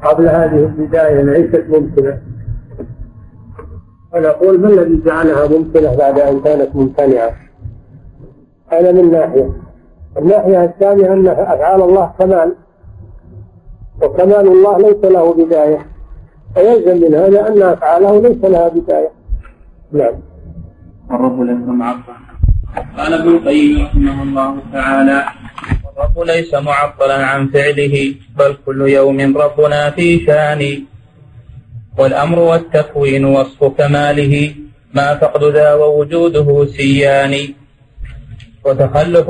قبل هذه البداية ليست ممكنة، ونقول ما الذي جعلها ممكنة بعد أن كانت ممتنعة؟ هذا من ناحية. الناحية الثانية أن أفعال الله كمال، وكمال الله ليس له بداية، فيلزم من هذا أن أفعاله ليس لها بداية. نعم. الرب ليس معطلا. قال ابن القيم رحمه الله تعالى: الرب ليس معطلا عن فعله، بل كل يوم ربنا في شان، والأمر والتكوين وصف كماله، ما فقد ذا ووجوده سيان، وتخلف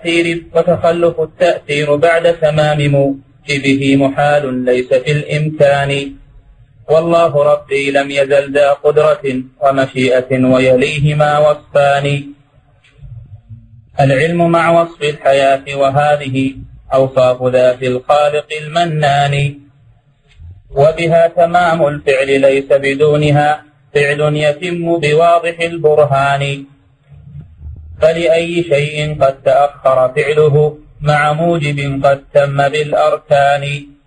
التأثير بعد تمام موجبه محال ليس في الإمكان، والله ربي لم يزل ذا قدرة ومشيئة ويليهما وصفان، العلم مع وصف الحياة، وهذه أوصاف ذات الخالق المنان، وبها تمام الفعل ليس بدونها فعل يتم بواضح البرهان، فلأي شيء قد تأخر فعله مع موجب قد تم بالأركان،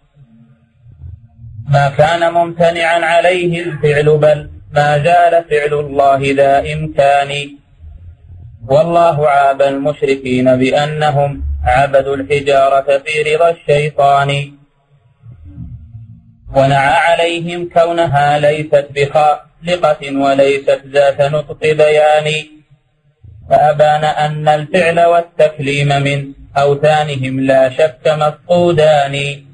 ما كان ممتنعا عليه الفعل، بل ما زال فعل الله ذا إمكان، والله عاب المشركين بأنهم عبدوا الحجارة في رضا الشيطان، ونعى عليهم كونها ليست بخالقة وليست ذات نطق بيان، فأبان أن الفعل والتكليم من أوثانهم لا شك مفقودان،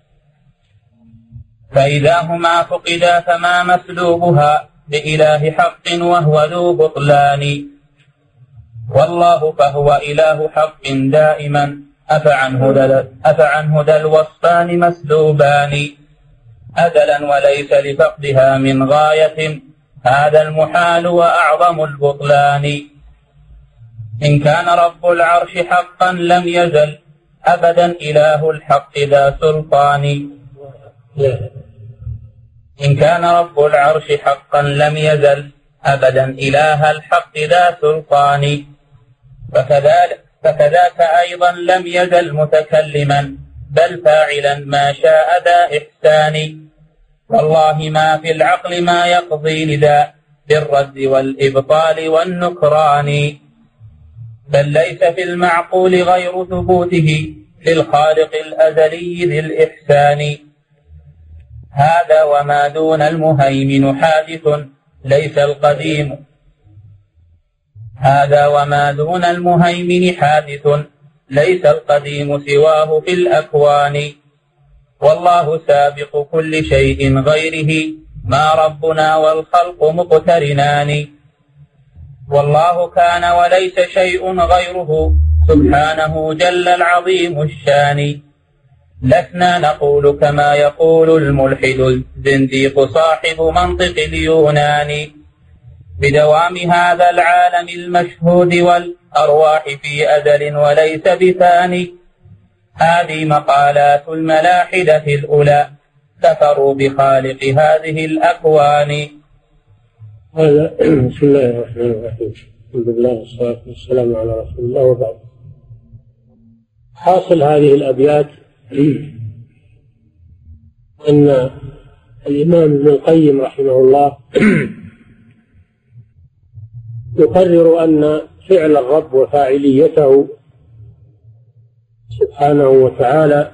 فإذا هما فقدا فما مسلوبها بإله حق وهو ذو بطلان، والله فهو إله حق دائما أفعنه ذا الوصفان مسلوبان، أزلا وليس لفقدها من غاية، هذا المحال وأعظم البطلان، إن كان رب العرش حقا لم يزل أبدا إله الحق ذا سلطان، إن كان رب العرش حقا لم يزل أبدا إله الحق ذا سلطان، فكذاك أيضا لم يزل متكلما بل فاعلا ما شاء ذا إحسان، والله ما في العقل ما يقضي لذا بالرد والإبطال والنكران، بل ليس في المعقول غير ثبوته للخالق الأزلي ذي الإحسان، هذا وما دون المهيمن حادث ليس القديم، هذا وما دون المهيمن حادث ليس القديم سواه في الأكوان، والله سابق كل شيء غيره، ما ربنا والخلق مقترنان، والله كان وليس شيء غيره سبحانه جل العظيم الشان، لسنا نقول كما يقول الملحد الزنديق صاحب منطق اليونان، بدوام هذا العالم المشهود والأرواح في أزل وليس بثاني، هذه مقالات الملاحدة الأولى كفروا بخالق هذه الأكوان. بسم الله الرحمن الرحيم، الحمد لله والصلاة والسلام على رسول الله، وبعد. حاصل هذه الأبيات أن الإمام ابن القيم رحمه الله يقرر أن فعل الرب وفاعليته سبحانه وتعالى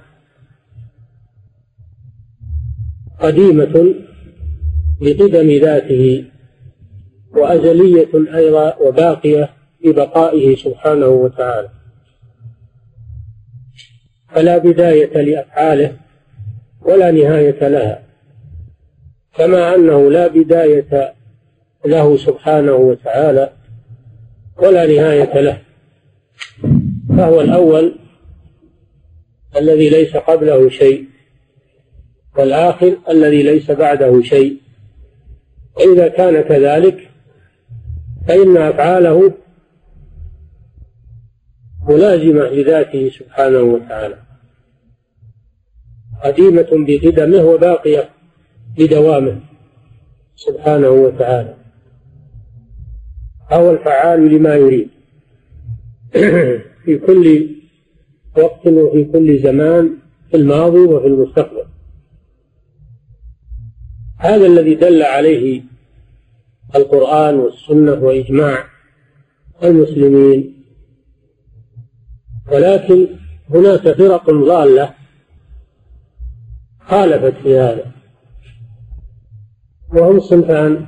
قديمة بقدم ذاته، وأزلية أيضا وباقية ببقائه سبحانه وتعالى، فلا بداية لأفعاله ولا نهاية لها، كما أنه لا بداية له سبحانه وتعالى ولا نهاية له، فهو الأول الذي ليس قبله شيء، والآخر الذي ليس بعده شيء، وإذا كان كذلك فإن أفعاله ملازمة لذاته سبحانه وتعالى، قديمة بقدمه وباقية بدوامه سبحانه وتعالى، هو الفعال لما يريد في كل وقت وفي كل زمان، في الماضي وفي المستقبل. هذا الذي دل عليه القرآن والسنة وإجماع المسلمين. ولكن هناك فرق ضالة خالفت في هذا، وهم صنفان: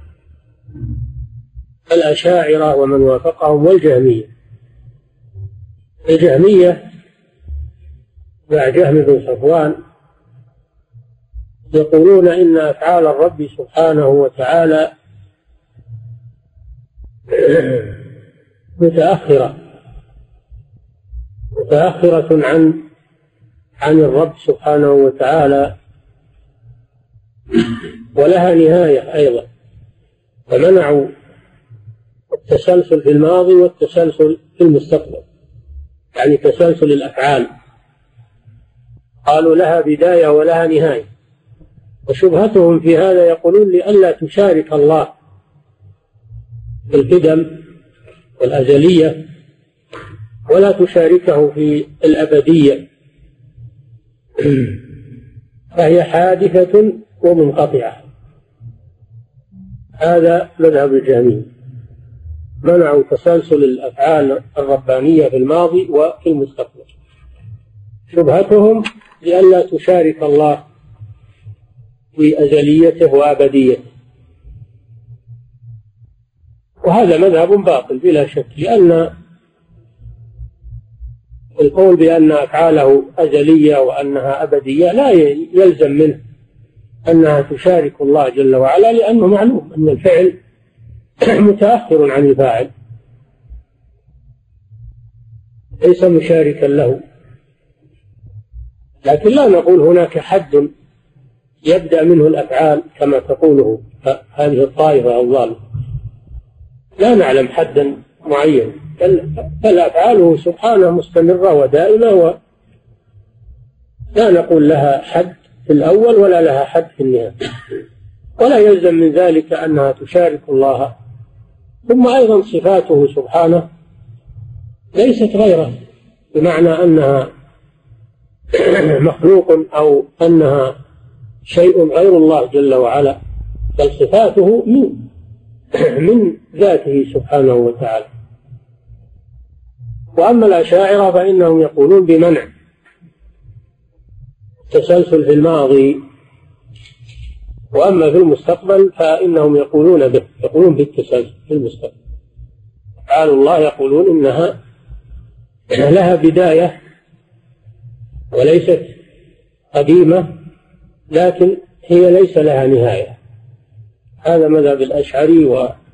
الأشاعرة ومن وافقهم، والجهمية. الجهمية مع جهم بن صفوان يقولون إن أفعال الرب سبحانه وتعالى متأخرة عن الرب سبحانه وتعالى، ولها نهاية أيضا، فمنعوا التسلسل في الماضي والتسلسل في المستقبل، يعني تسلسل الأفعال، قالوا لها بداية ولها نهاية. وشبهتهم في هذا يقولون لئلا تشارك الله في القدم والأزلية ولا تشاركه في الأبدية، فهي حادثة ومنقطعة. هذا مذهب الجهمية، منعوا تسلسل الأفعال الربانية في الماضي وفي المستقبل. شبهتهم لئلا تشارك الله في أزليته وأبديته، وهذا مذهب باطل بلا شك، لأن القول بأن أفعاله أزلية وأنها أبدية لا يلزم منه أنها تشارك الله جل وعلا، لأنه معلوم أن الفعل متأخر عن الفاعل، ليس مشاركا له. لكن لا نقول هناك حد يبدأ منه الأفعال كما تقوله هذه الطائفة الضالة، لا نعلم حدا معين، بل أفعاله سبحانه مستمرة ودائمة، لا نقول لها حد في الأول ولا لها حد في النهاية، ولا يلزم من ذلك أنها تشارك الله. ثم أيضا صفاته سبحانه ليست غيره، بمعنى أنها مخلوق أو أنها شيء غير الله جل وعلا، بل صفاته من ذاته سبحانه وتعالى. وأما الأشاعرة فإنهم يقولون بمنع التسلسل في الماضي، وأما في المستقبل فإنهم يقولون بالتسلسل في المستقبل. أفعال الله يقولون إنها لها بداية وليست قديمة، لكن هي ليس لها نهاية. هذا مذهب الأشعري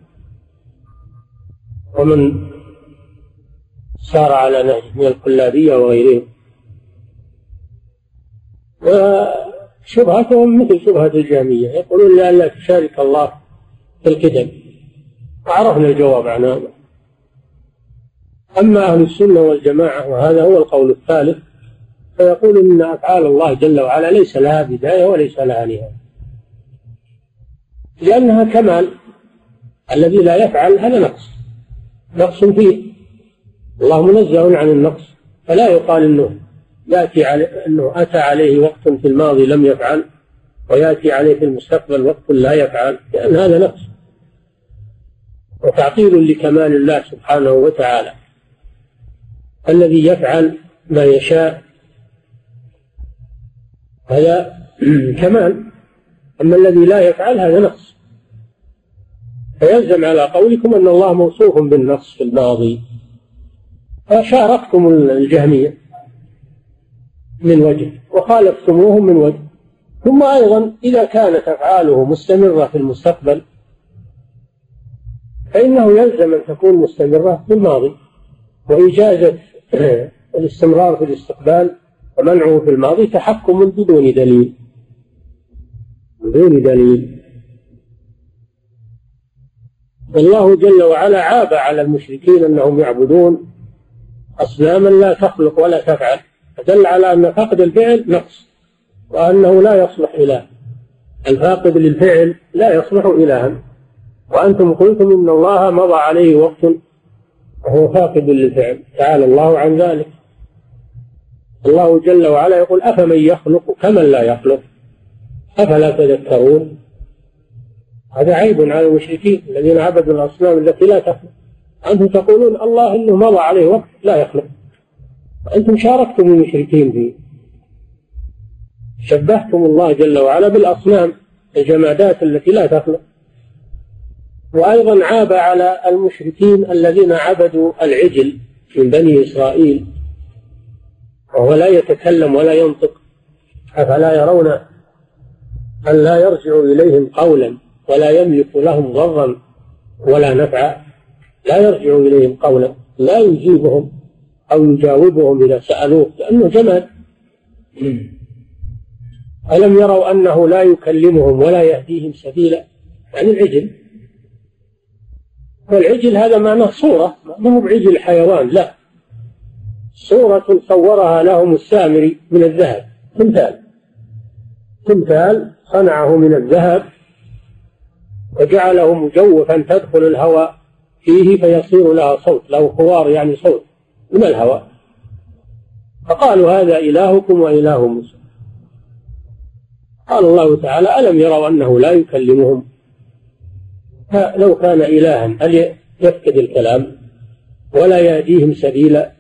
ومن سار على نهج من الكلابية وغيرهم. وشبهتهم مثل شبهة الجهمية، يقولون لئلا تشارك الله في القدم، وعرفنا الجواب عن هذا. أما أهل السنة والجماعة، وهذا هو القول الثالث، فيقول إن أفعال الله جل وعلا ليس لها بداية وليس لها نهاية، لأنها كمال. الذي لا يفعل هذا نقص فيه، الله منزه عن النقص، فلا يقال إنه أتى عليه وقت في الماضي لم يفعل ويأتي عليه في المستقبل وقت لا يفعل، لأن هذا نقص وتعطيل لكمال الله سبحانه وتعالى. الذي يفعل ما يشاء هذا كمال، أما الذي لا يفعل هذا نقص. فيلزم على قولكم أن الله موصوف بالنقص في الماضي، فشاركتم الجهمية من وجه وخالفتموهم من وجه. ثم أيضا إذا كانت أفعاله مستمرة في المستقبل فإنه يلزم أن تكون مستمرة في الماضي، وإجازة الاستمرار في الاستقبال ومنعه في الماضي تحكم بدون دليل. والله جل وعلا عاب على المشركين أنهم يعبدون أصناما لا تخلق ولا تفعل، فدل على أن فاقد الفعل نقص، وأنه لا يصلح إله. الفاقد للفعل لا يصلح إلها، وأنتم قلتم إن الله مضى عليه وقت وهو فاقد للفعل، تعالى الله عن ذلك. الله جل وعلا يقول أفمن يخلق كمن لا يخلق أفلا تذكرون. هذا عيب على المشركين الذين عبدوا الأصنام التي لا تخلق. أنتم تقولون الله إنه مضى عليه وقت لا يخلق، أنتم شاركتم المشركين فيه، شبهتم الله جل وعلا بالأصنام الجمادات التي لا تخلق. وأيضا عاب على المشركين الذين عبدوا العجل من بني إسرائيل وهو لا يتكلم ولا ينطق، أفلا يرون أن لا يرجع إليهم قولا ولا يملك لهم ضرا ولا نفعا؟ لا يرجع إليهم قولا، لا يجيبهم أو يجاوبهم إذا سألوه لأنه جماد. ألم يروا أنه لا يكلمهم ولا يهديهم سبيلا؟ يعني العجل، والعجل هذا معناه صورة، ما هو بعجل حيوان، لا، صورة صورها لهم السامري من الذهب، تمثال صنعه من الذهب وجعله مجوفا تدخل الهواء فيه فيصير لها صوت، له خوار يعني صوت من الهواء. فقالوا هذا إلهكم وإله موسى. قال الله تعالى ألم يروا أنه لا يكلمهم؟ لو كان إلها هل يفقد الكلام ولا يهديهم سبيلا؟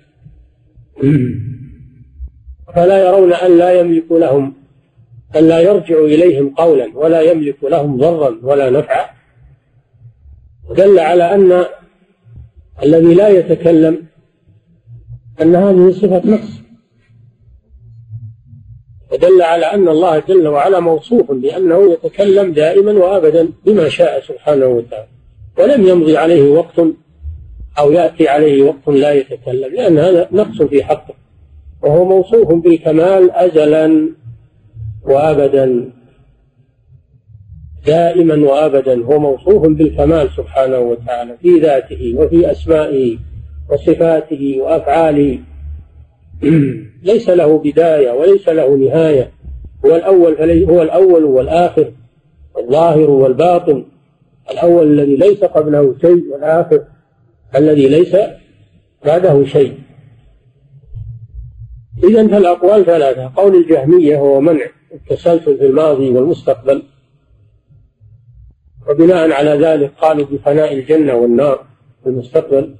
فلا يرون أن لا يملك لهم، أن لا يرجع إليهم قولا ولا يملك لهم ضرا ولا نفعا. دل على أن الذي لا يتكلم أن هذه صفة نقص، ودل على أن الله جل وعلا موصوف بأنه يتكلم دائما وأبدا بما شاء سبحانه وتعالى، ولم يمضي عليه وقت أو يأتي عليه وقت لا يتكلم، لأن هذا نقص في حقه، وهو موصوف بالكمال أزلا وأبدا، دائما وأبدا هو موصوف بالكمال سبحانه وتعالى في ذاته وفي أسمائه وصفاته وأفعاله. ليس له بداية وليس له نهاية، هو الأول والآخر، الظاهر والباطن، الأول الذي ليس قبله شيء، والآخر الذي ليس بعده شيء. إذن فالأقوال ثلاثة: قول الجهمية هو منع التسلسل في الماضي والمستقبل، وبناء على ذلك قالوا بفناء الجنة والنار في المستقبل.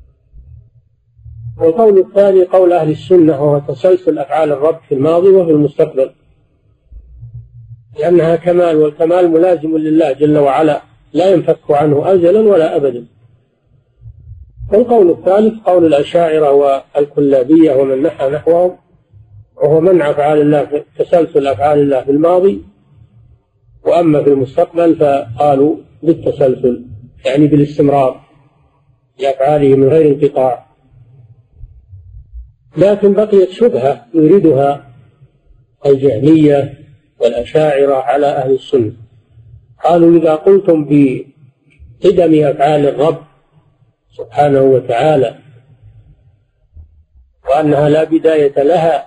والقول الثاني قول أهل السنة وهو تسلسل أفعال الرب في الماضي وفي المستقبل، لأنها كمال، والكمال ملازم لله جل وعلا لا ينفك عنه أزلا ولا أبدا. والقول الثالث قول الأشاعرة والكلابية ومن نحى نحوهم، وهو منع أفعال الله، تسلسل أفعال الله في الماضي، وأما في المستقبل فقالوا بالتسلسل يعني بالاستمرار لأفعاله من غير انقطاع. لكن بقيت شبهة يريدها الجهمية والأشاعرة على أهل السنة. قالوا إذا قلتم بقدم أفعال الرب سبحانه وتعالى وأنها لا بداية لها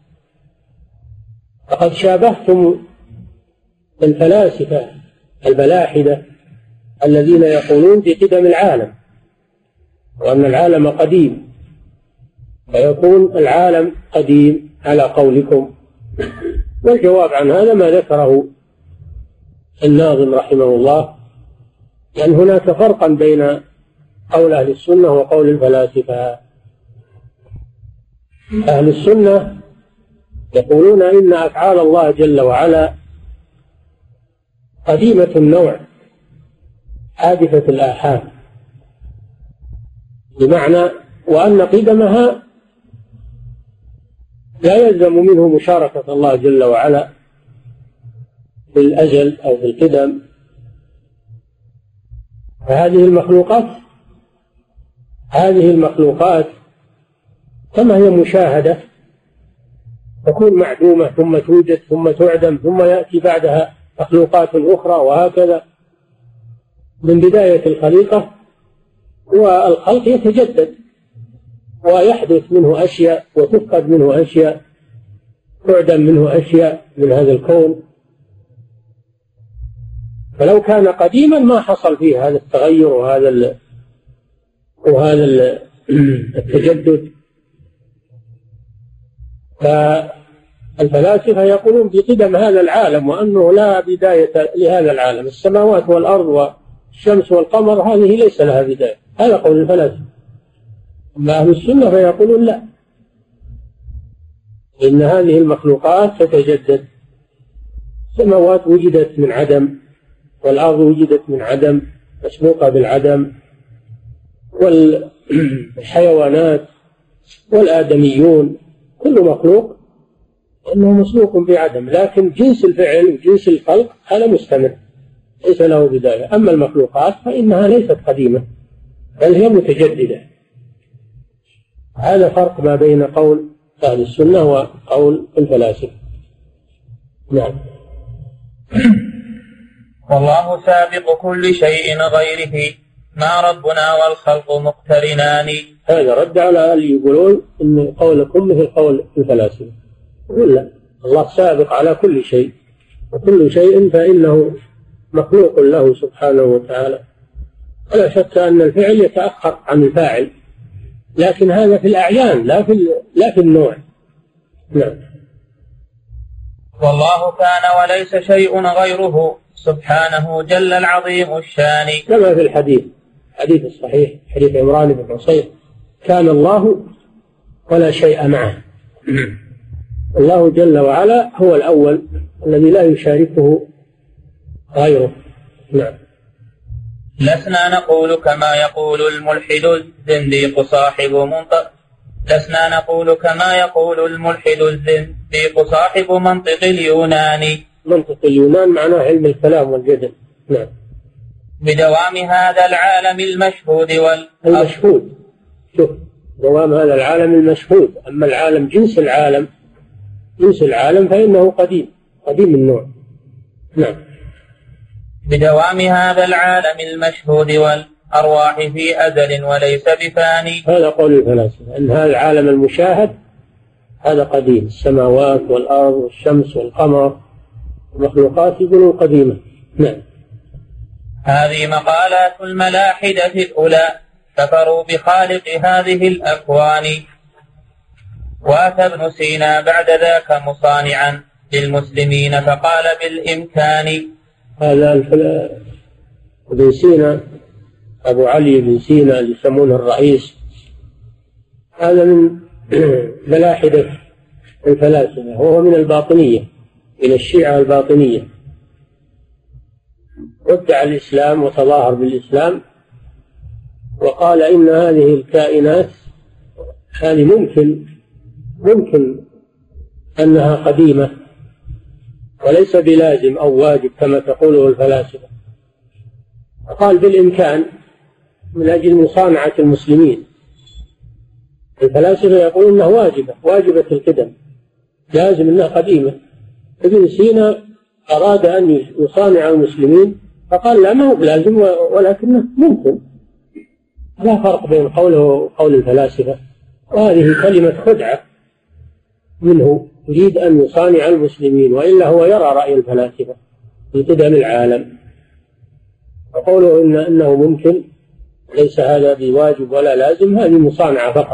فقد شابهتم الفلاسفة الملاحدة الذين يقولون بقدم العالم وأن العالم قديم، فيكون العالم قديم على قولكم. والجواب عن هذا ما ذكره الناظم رحمه الله، لأن هناك فرقا بين قول أهل السنة وقول الفلاسفة. أهل السنة يقولون إن أفعال الله جل وعلا قديمة النوع حادثة الآحاد، بمعنى وأن قدمها لا يلزم منه مشاركة الله جل وعلا في الأجل أو في القدم. فهذه المخلوقات كما هي مشاهدة تكون معدومة ثم توجد ثم تعدم ثم يأتي بعدها مخلوقات أخرى، وهكذا من بداية الخليقة. والخلق يتجدد ويحدث منه أشياء وتفقد منه أشياء، تعدم منه أشياء من هذا الكون. فلو كان قديما ما حصل فيه هذا التغير وهذا التجدد. الفلاسفة يقولون بقدم هذا العالم وأنه لا بداية لهذا العالم، السماوات والأرض والشمس والقمر هذه ليس لها بداية، هذا قول الفلاسفة. أما أهل السنة فيقولون لا، إن هذه المخلوقات تتجدد، السماوات وجدت من عدم، والأرض وجدت من عدم مسبوقة بالعدم، والحيوانات والآدميون كل مخلوق إنه مسبوق بعدم، لكن جنس الفعل وجنس الخلق هذا مستمر ليس له بداية. أما المخلوقات فإنها ليست قديمة بل هي متجددة. هذا فرق ما بين قول أهل السنة وقول الفلاسفة. نعم. والله سابق كل شيء غيره، ما ربنا والخلق مقترنان. هذا رد على اللي يقولون إن قولكم مثل قول الفلاسفة. يقول لا، الله سابق على كل شيء، وكل شيء فإنه مخلوق له سبحانه وتعالى، ولا شك أن الفعل يتأخر عن الفاعل، لكن هذا في الأعيان لا في النوع. نعم. والله كان وليس شيء غيره سبحانه جل العظيم الشان. كما في الحديث الصحيح، حديث عمران بن حصين: كان الله ولا شيء معه. الله جل وعلا هو الأول الذي لا يشاركه غيره. نعم. لسنا نقول كما يقول الملحد الزنديق صاحب منطق اليوناني. منطق اليونان معناه علم الكلام والجدل. نعم. بدوام هذا العالم المشهود المشهود، شوف، دوام هذا العالم المشهود. أما العالم جنس العالم فإنه قديم النوع. نعم. بدوام هذا العالم المشهود والأرواح في أزل وليس بفاني. هذا قول الفلاسفة، أن هذا العالم المشاهد هذا قديم، السماوات والأرض والشمس والقمر المخلوقات يقولون قديمة. نعم. هذه مقالات الملاحدة الأولى، كفروا بخالق هذه الأكوان. وأتى ابن سينا بعد ذاك مصانعا للمسلمين فقال بالإمكان. هذا ابن سينا أبو علي بن سينا اللي يسمونه الرئيس، هذا من ملاحدة الفلاسفة، وهو من الباطنية، من الشيعة الباطنية، ادعى الإسلام وتظاهر بالإسلام، وقال إن هذه الكائنات هذه ممكن أنها قديمة وليس بلازم أو واجب كما تقوله الفلاسفة. قال بالإمكان من أجل مصانعة المسلمين. الفلاسفة يقولون أنها واجبة القدم، لازم أنها قديمة. ابن سينا أراد أن يصانع المسلمين فقال لا، ما هو لازم ولكنه ممكن. لا فرق بين قوله وقول الفلاسفة، وهذه كلمة خدعة منه، يريد أن يصانع المسلمين، وإلا هو يرى رأي الفلاسفة في قدم العالم. وقوله إنه ممكن ليس هذا بواجب ولا لازم، هذه مصانعة فقط.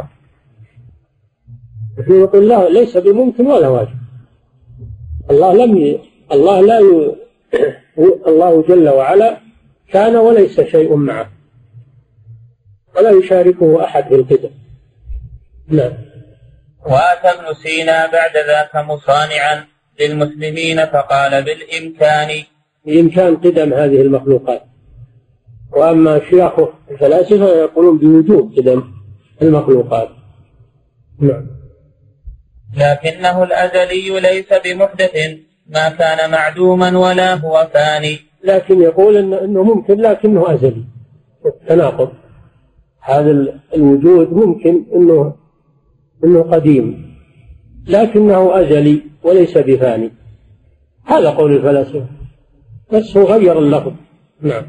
نحن نقول لا، ليس بممكن ولا واجب. الله جل وعلا كان وليس شيء معه، ولا يشاركه أحد في القدم. نعم. وأتى ابن سينا بعد ذاك مصانعا للمسلمين فقال بإمكان قدم هذه المخلوقات. وأما شيوخ الفلاسفة يقولون بوجوب قدم المخلوقات. نعم. لكنه الأزلي ليس بمحدث، ما كان معدوما ولا هو فاني. لكن يقول إنه ممكن لكنه أزلي، تناقض. هذا الوجود ممكن إنه قديم لكنه أزلي وليس بفاني. هذا قول الفلاسفة، بس هو غير اللفظ. نعم.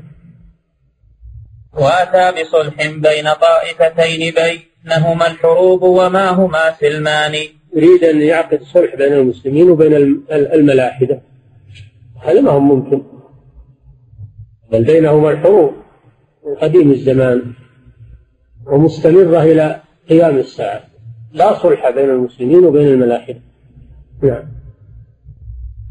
وأتى بصلح بين طائفتين بينهما الحروب وما هما سلمان. يريد أن يعقد صلح بين المسلمين وبين الملاحدة، هذا ما هو ممكن، بل بينهما الحروب من قديم الزمان ومستمرة إلى قيام الساعة، لا صلح بين المسلمين وبين الملاحدة. نعم.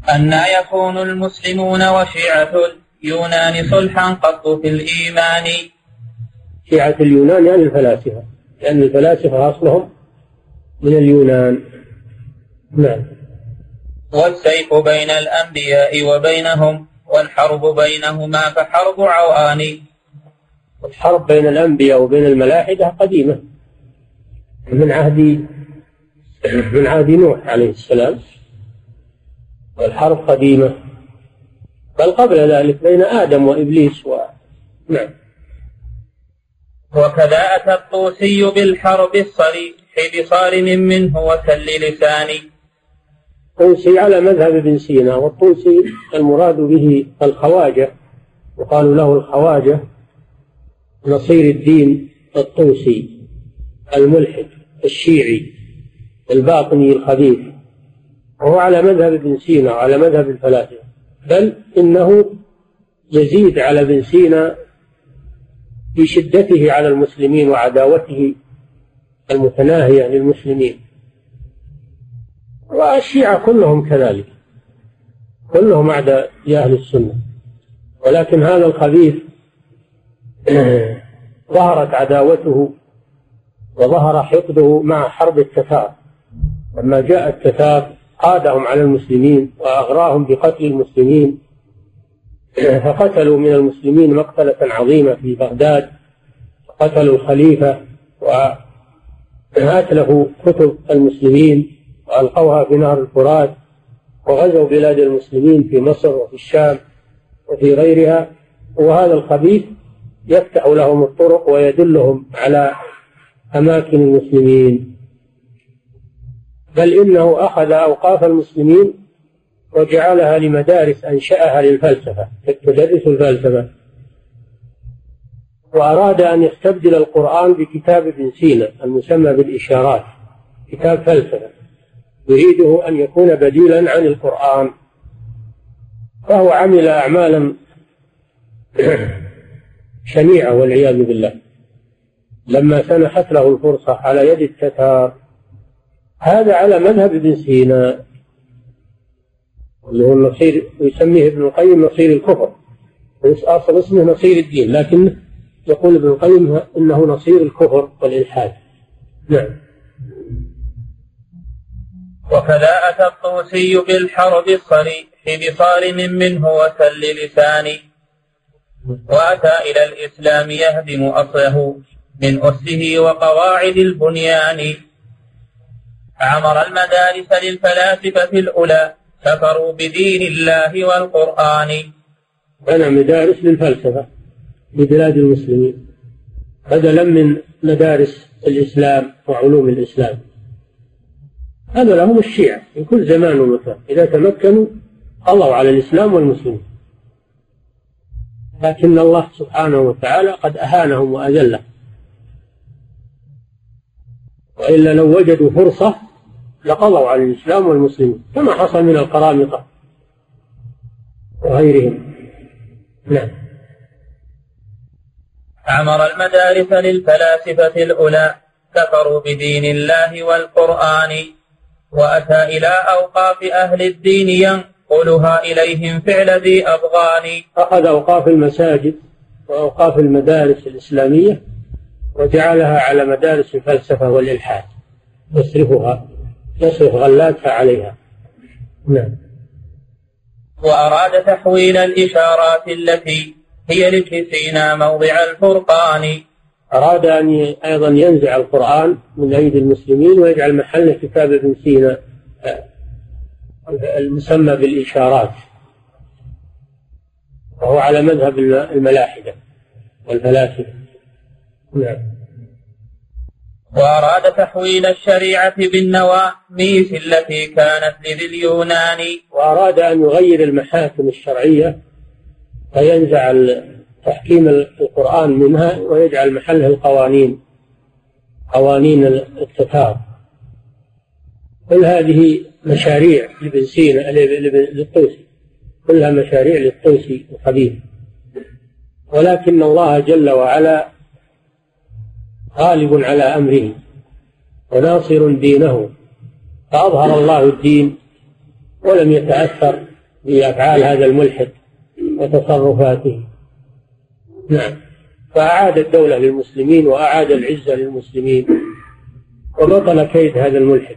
أن يكون المسلمون وشيعة اليونان صلحا قط في الإيمان. شيعة اليونان يعني الفلاسفة، لأن الفلاسفة أصلهم من اليونان. نعم. والسيف بين الأنبياء وبينهم والحرب بينهما فحرب عوان. الحرب بين الأنبياء وبين الملاحدة قديمة من عهد نوح عليه السلام، والحرب قديمة، بل قبل ذلك بين آدم وإبليس نعم. وكذا أتى الطوسي بالحرب الصريح بصارم منه وسل لساني. الطوسي على مذهب ابن سينا، والطوسي المراد به الخواجة، وقالوا له الخواجة نصير الدين الطوسي الملحد الشيعي الباطني الخبيث، وهو على مذهب ابن سينا وعلى مذهب الفلاسفة، بل إنه يزيد على ابن سينا في شدته على المسلمين وعداوته المتناهية للمسلمين. والشيعة كلهم كذلك، كلهم أعداء أهل السنة، ولكن هذا الخبيث ظهرت عداوته وظهر حقده مع حرب التتار، لما جاء التتار قادهم على المسلمين وأغراهم بقتل المسلمين، فقتلوا من المسلمين مقتلة عظيمة في بغداد، قتلوا الخليفة وأتلفوا كتب المسلمين وألقوها في نهر الفرات، وغزوا بلاد المسلمين في مصر وفي الشام وفي غيرها. وهذا الخبيث يفتح لهم الطرق ويدلهم على أماكن المسلمين، بل إنه أخذ أوقاف المسلمين وجعلها لمدارس أنشأها للفلسفة، تدرس الفلسفة، وأراد أن يستبدل القرآن بكتاب ابن سينا المسمى بالإشارات، كتاب فلسفة يريده أن يكون بديلا عن القرآن. فهو عمل أعمالا شنيعة والعياذ بالله لما سنحت له الفرصة على يد التتار. هذا على مذهب ابن سينا اللي هو النصير، يسميه ابن القيم نصير الكفر، أصل اسمه نصير الدين، لكن يقول ابن القيم إنه نصير الكفر والإلحاد. نعم. وكذا أتى الطوسي بالحرب الصريح بصارم منه وسل لساني، وأتى إلى الإسلام يهدم أصله من أسه وقواعد البنيان. عمر المدارس للفلاسفة الأولى كفروا بدين الله والقرآن. بنى مدارس للفلسفة في بلاد المسلمين بدلا من مدارس الإسلام وعلوم الإسلام. هذا لهم الشيعة في كل زمان ومكان، إذا تمكنوا قضوا على الإسلام والمسلمين، لكن الله سبحانه وتعالى قد أهانهم وأذلهم، وإلا لو وجدوا فرصة لقضوا على الإسلام والمسلمين كما حصل من القرامطة وغيرهم. نعم. عمر المدارس للفلاسفة الأولى كفروا بدين الله والقرآن، وأتى إلى أوقاف أهل الدين ينقلها إليهم فعل ذي أبغان. أخذ أوقاف المساجد وأوقاف المدارس الإسلامية وجعلها على مدارس الفلسفة والإلحاد، يصرف غلاتها عليها. نعم. وأراد تحويل الإشارات التي هي لابن سينا موضع الفرقان. أراد أن أيضا ينزع القرآن من أيدي المسلمين ويجعل محله كتاب ابن سينا المسمى بالإشارات، وهو على مذهب الملاحدة والفلاسفة. نعم. وأراد تحويل الشريعة بالنواميس التي كانت لذي اليونان. وأراد أن يغير المحاكم الشرعية فينزع تحكيم القرآن منها ويجعل محلها قوانين التتار. كل هذه مشاريع لابن سينا للطوسي، كلها مشاريع للطوسي الخبيث، ولكن الله جل وعلا غالب على أمره وناصر دينه، فأظهر الله الدين ولم يتأثر في أفعال هذا الملحد وتصرفاته. نعم. فأعاد الدولة للمسلمين وأعاد العزة للمسلمين وبطل كيد هذا الملحد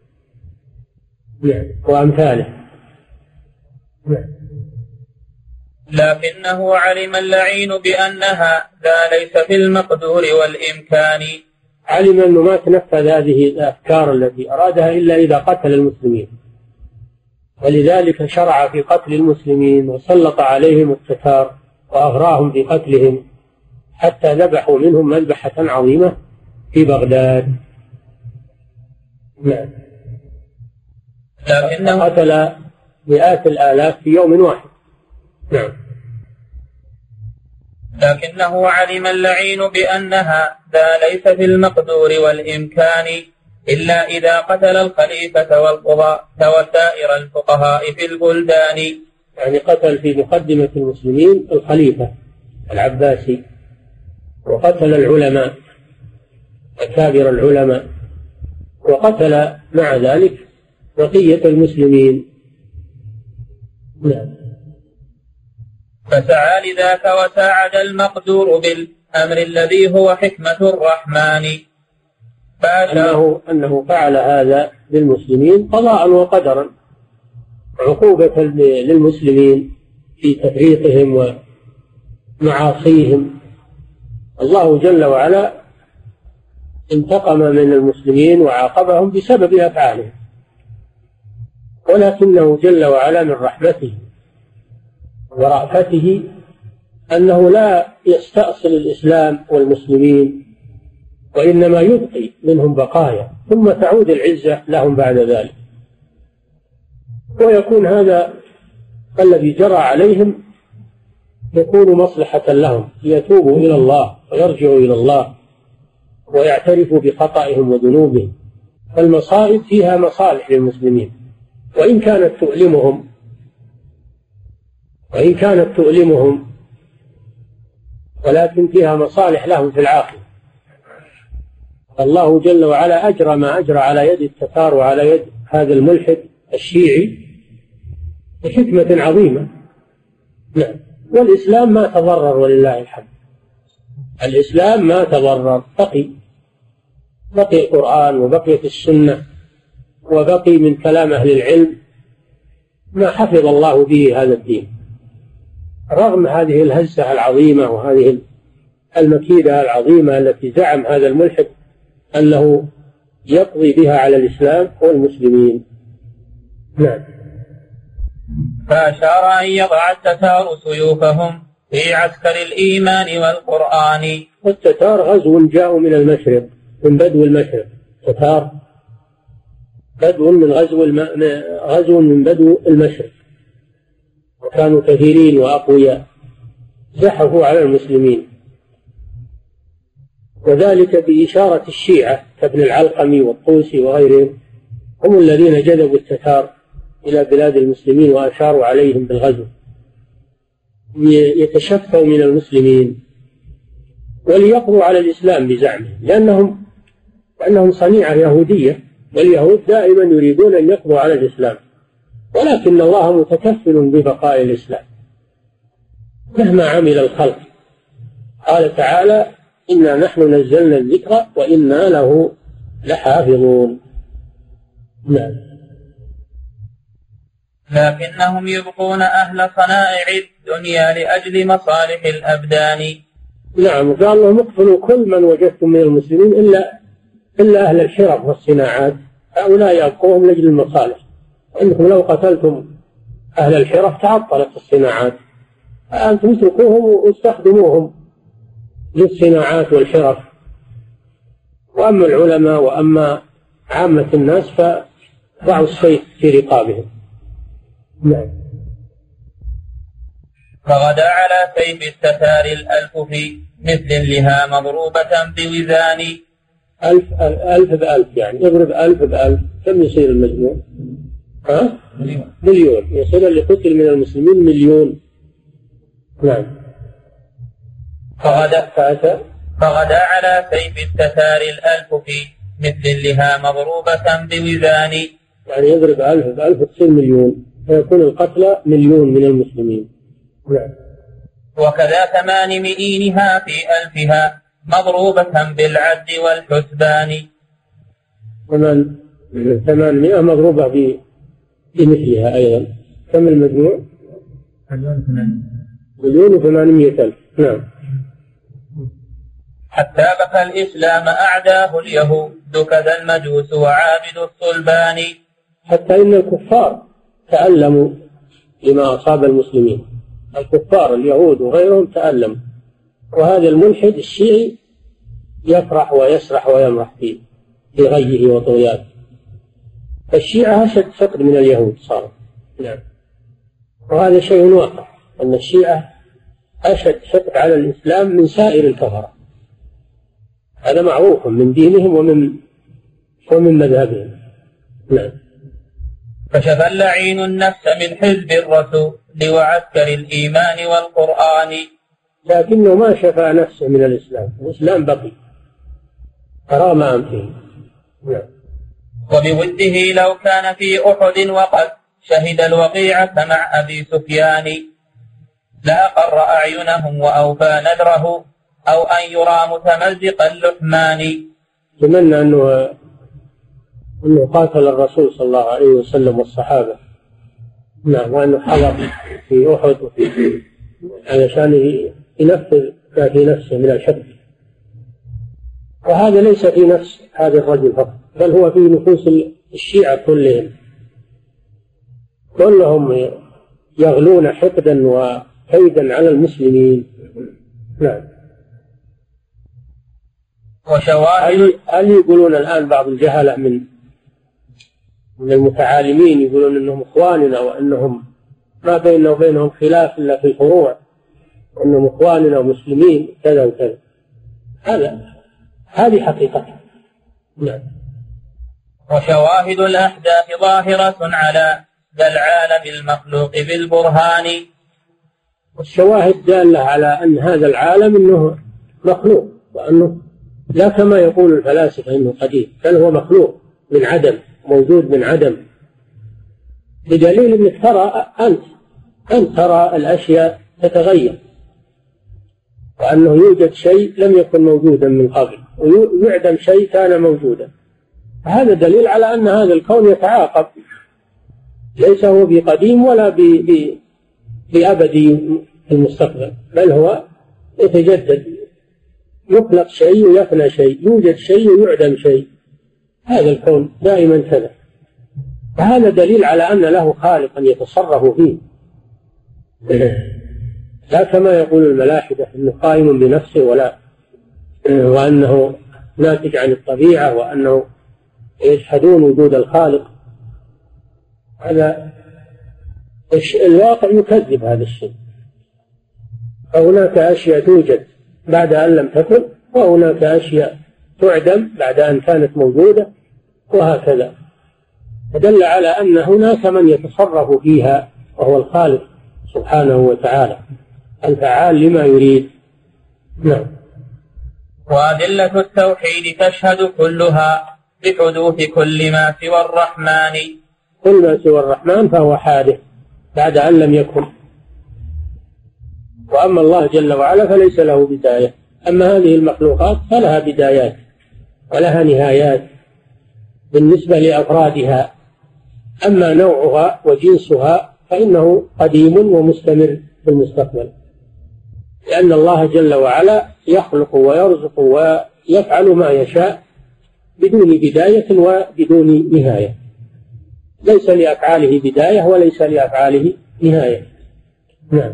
وأمثاله. لكنه علم اللعين بأنها لا ليس في المقدور والإمكان. علم أنه ما تنفذ هذه الأفكار التي أرادها إلا إذا قتل المسلمين، ولذلك شرع في قتل المسلمين وسلط عليهم التتار وأغراهم بقتلهم حتى ذبحوا منهم مذبحة عظيمة في بغداد. لكنه قتل مئات الآلاف في يوم واحد. نعم. لكنه علم اللعين بأنها لا ليس في المقدور والإمكان إلا إذا قتل الخليفة والقضاة وسائر الفقهاء في البلدان. يعني قتل في مقدمة المسلمين الخليفة العباسي، وقتل العلماء أكابر العلماء، وقتل مع ذلك بقية المسلمين. نعم. فسعى لذاك وساعد المقدور بالأمر الذي هو حكمة الرحمن. أنه فعل هذا للمسلمين قضاء وقدرا، عقوبة للمسلمين في تفريطهم ومعاصيهم. الله جل وعلا انتقم من المسلمين وعاقبهم بسبب أفعالهم، ولكنه جل وعلا من رحمته ورأفته أنه لا يستأصل الإسلام والمسلمين، وإنما يبقي منهم بقايا ثم تعود العزة لهم بعد ذلك، ويكون هذا الذي جرى عليهم يكون مصلحة لهم ليتوبوا إلى الله ويرجعوا إلى الله ويعترفوا بخطئهم وذنوبهم. فالمصائب فيها مصالح للمسلمين وإن كانت تؤلمهم ولكن فيها مصالح لهم في العاقبة. الله جل وعلا أجرى ما أجرى على يد التتار وعلى يد هذا الملحد الشيعي بحكمة عظيمة. نعم. والإسلام ما تضرر ولله الحمد. الإسلام ما تضرر، بقي القرآن وبقيت السنة وبقي من كلام أهل العلم ما حفظ الله به هذا الدين، رغم هذه الهزة العظيمة وهذه المكيدة العظيمة التي زعم هذا الملحد أنه يقضي بها على الإسلام والمسلمين. نعم. فأشار أن يضع التتار سيوفهم في عسكر الإيمان والقرآن. والتتار غزو جاءوا من المشرق، من بدو المشرق. التتار غزو من بدو المشرق، وكانوا كثيرين وأقوياء، زحفوا على المسلمين، وذلك بإشارة الشيعة كابن العلقمي والطوسي وغيرهم، هم الذين جذبوا التتار إلى بلاد المسلمين وأشاروا عليهم بالغزو يتشفوا من المسلمين وليقضوا على الإسلام بزعمهم، لأنهم صنيعة يهودية، واليهود دائما يريدون أن يقضوا على الإسلام، ولكن الله متكفل ببقاء الإسلام مهما عمل الخلق. قال تعالى: إنا نحن نزلنا الذكر وإنا له لحافظون. نعم. لكنهم يبقون أهل صنائع الدنيا لأجل مصالح الأبدان. نعم. قال لهم: اقتلوا كل من وجدتم من المسلمين إلا أهل الحرف والصناعات، هؤلاء يبقوهم لأجل المصالح، وإنكم لو قتلتم أهل الحرف تعطلت الصناعات، فأنتم اتركوهم واستخدموهم للصناعات والحرف، وأما العلماء وأما عامة الناس فضعوا السيف في رقابهم. نعم. فغدا على سيف التتار الألف في مثل لها مضروبة بوزان. ألف بألف، يعني اضرب 1000 ب1000 كم يصير المجموع؟ مليون. يصير اللي قتل من المسلمين مليون. نعم. فغدا على سيف التتار الألف في مثل لها مضروبة بوزان. يعني يضرب 1000 ب1000 تصير مليون. فيكون القتلى 1,000,000 من المسلمين. نعم. وكذا 8 مئينها في ألفها مضروبة بالعد والحسبان. 800 مضروبة بمثلها أيضا. كم المجموع؟ 1,800,000. نعم. حتى بقى الإسلام أعداه اليهود كذا المجوس وعابد الصلبان. حتى إن الكفار تألموا لما أصاب المسلمين، الكفار اليهود وغيرهم تألموا، وهذا الملحد الشيعي يفرح ويسرح ويمرح في غيه وطغيانه. الشيعة أشد فقد من اليهود صار. نعم. وهذا شيء واقع أن الشيعة أشد فقد على الإسلام من سائر الكفرة، هذا معروف من دينهم ومن مذهبهم. نعم. فشفى اللعين النفس من حزب الرسول وعسكر الإيمان والقرآن. لكنه ما شفى نفسه من الإسلام، الإسلام بقي ترى ما أنفه. نعم. وبوده لو كان في أحد وقد شهد الوقيعة مع أبي سفيان لأقر أعينهم وأوفى نذره أو أن يرى متمزق اللحمان. أتمنى أنه قاتل الرسول صلى الله عليه وسلم والصحابة. نعم. وأنه حضر في أحد علشان ينفذ ما في نفسه من الحب، وهذا ليس في نفس هذا الرجل فقط، بل هو في نفوس الشيعة كلهم يغلون حقدا وكيدا على المسلمين. نعم. هل يقولون الآن بعض الجهلة من المتعالمين يقولون أنهم إخواننا وأنهم ما بيننا وبينهم خلاف إلا في الفروع وأنهم إخواننا ومسلمين كذا وكذا؟ هذه حقيقة. نعم. وشواهد الأحداث ظاهرة على ذا العالم المخلوق بالبرهان. والشواهد دالة على أن هذا العالم أنه مخلوق، وأنه لا كما يقول الفلاسفة أنه قديم، بل هو مخلوق من عدم، موجود من عدم، بدليل أنك ترى أنت ترى الأشياء تتغير، وأنه يوجد شيء لم يكن موجودا من قبل، ويعدم شيء كان موجودا. هذا دليل على أن هذا الكون يتعاقب، ليس هو بقديم ولا بأبدي في المستقبل، بل هو يتجدد، يخلق شيء ويفنى شيء، يوجد شيء ويعدم شيء، هذا الكون دائما كذا. فهذا دليل على أن له خالقا يتصرف فيه، لا كما يقول الملاحدة أنه قائم بنفسه وأنه ناتج عن الطبيعة وأنه يجحدون وجود الخالق. هذا الواقع يكذب هذا الشيء. فهناك أشياء توجد بعد أن لم تكن، وهناك أشياء تعدم بعد أن كانت موجودة، وهكذا. فدل على أن هناك من يتصرف فيها وهو الخالق سبحانه وتعالى الفعال لما يريد. نعم. وأدلة التوحيد تشهد كلها بحدوث كل ما سوى الرحمن. كل ما سوى الرحمن فهو حادث بعد أن لم يكن، وأما الله جل وعلا فليس له بداية. أما هذه المخلوقات فلها بدايات ولها نهايات بالنسبة لأفرادها، أما نوعها وجنسها فإنه قديم ومستمر في المستقبل، لأن الله جل وعلا يخلق ويرزق ويفعل ما يشاء بدون بداية وبدون نهاية، ليس لأفعاله بداية وليس لأفعاله نهاية. نعم.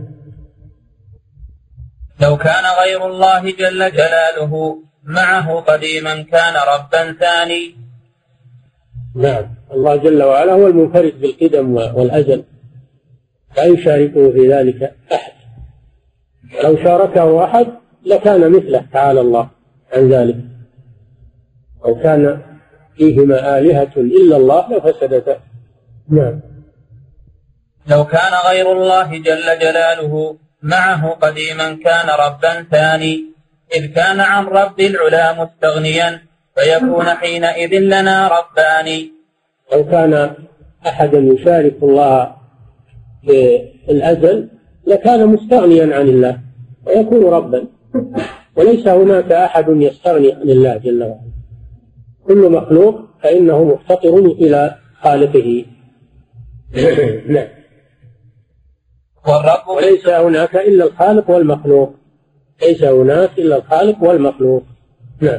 لو كان غير الله جل جلاله معه قديما كان ربا ثاني. نعم. الله جل وعلا هو المنفرد بالقدم والأزل، لا يشاركه في ذلك أحد، لو شاركه أحد لكان مثله تعالى الله عن ذلك. لو كان فيهما آلهة إلا الله لفسدتا. نعم. لو كان غير الله جل جلاله معه قديما كان ربا ثاني، إذ كان عن رب العلا مستغنيا فيكون حينئذ لنا ربان. لو كان أحدا يشارك الله في الأزل لكان مستغنيا عن الله ويكون ربا، وليس هناك أحد يستغني عن الله جل وعلا. كل مخلوق فإنه مفتقر إلى خالقه. نعم. وليس هناك إلا الخالق والمخلوق، ليس هناك إلا الخالق والمخلوق. نعم.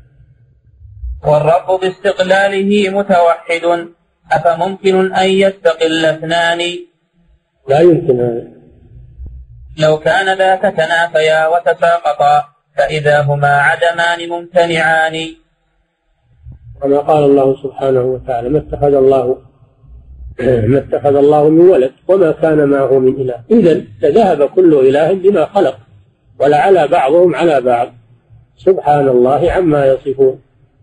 والرب باستقلاله متوحد، أفممكن أن يستقل اثنان؟ لا يمكن هذا. لو كان ذاك تنافيا وتساقطا، فإذا هما عدمان ممتنعان. كما قال الله سبحانه وتعالى: ما اتخذ الله من ولد وما كان معه من إله، إذن لذهب كل إله بما خلق ولعلى بعضهم على بعض، سبحان الله عما يصفون.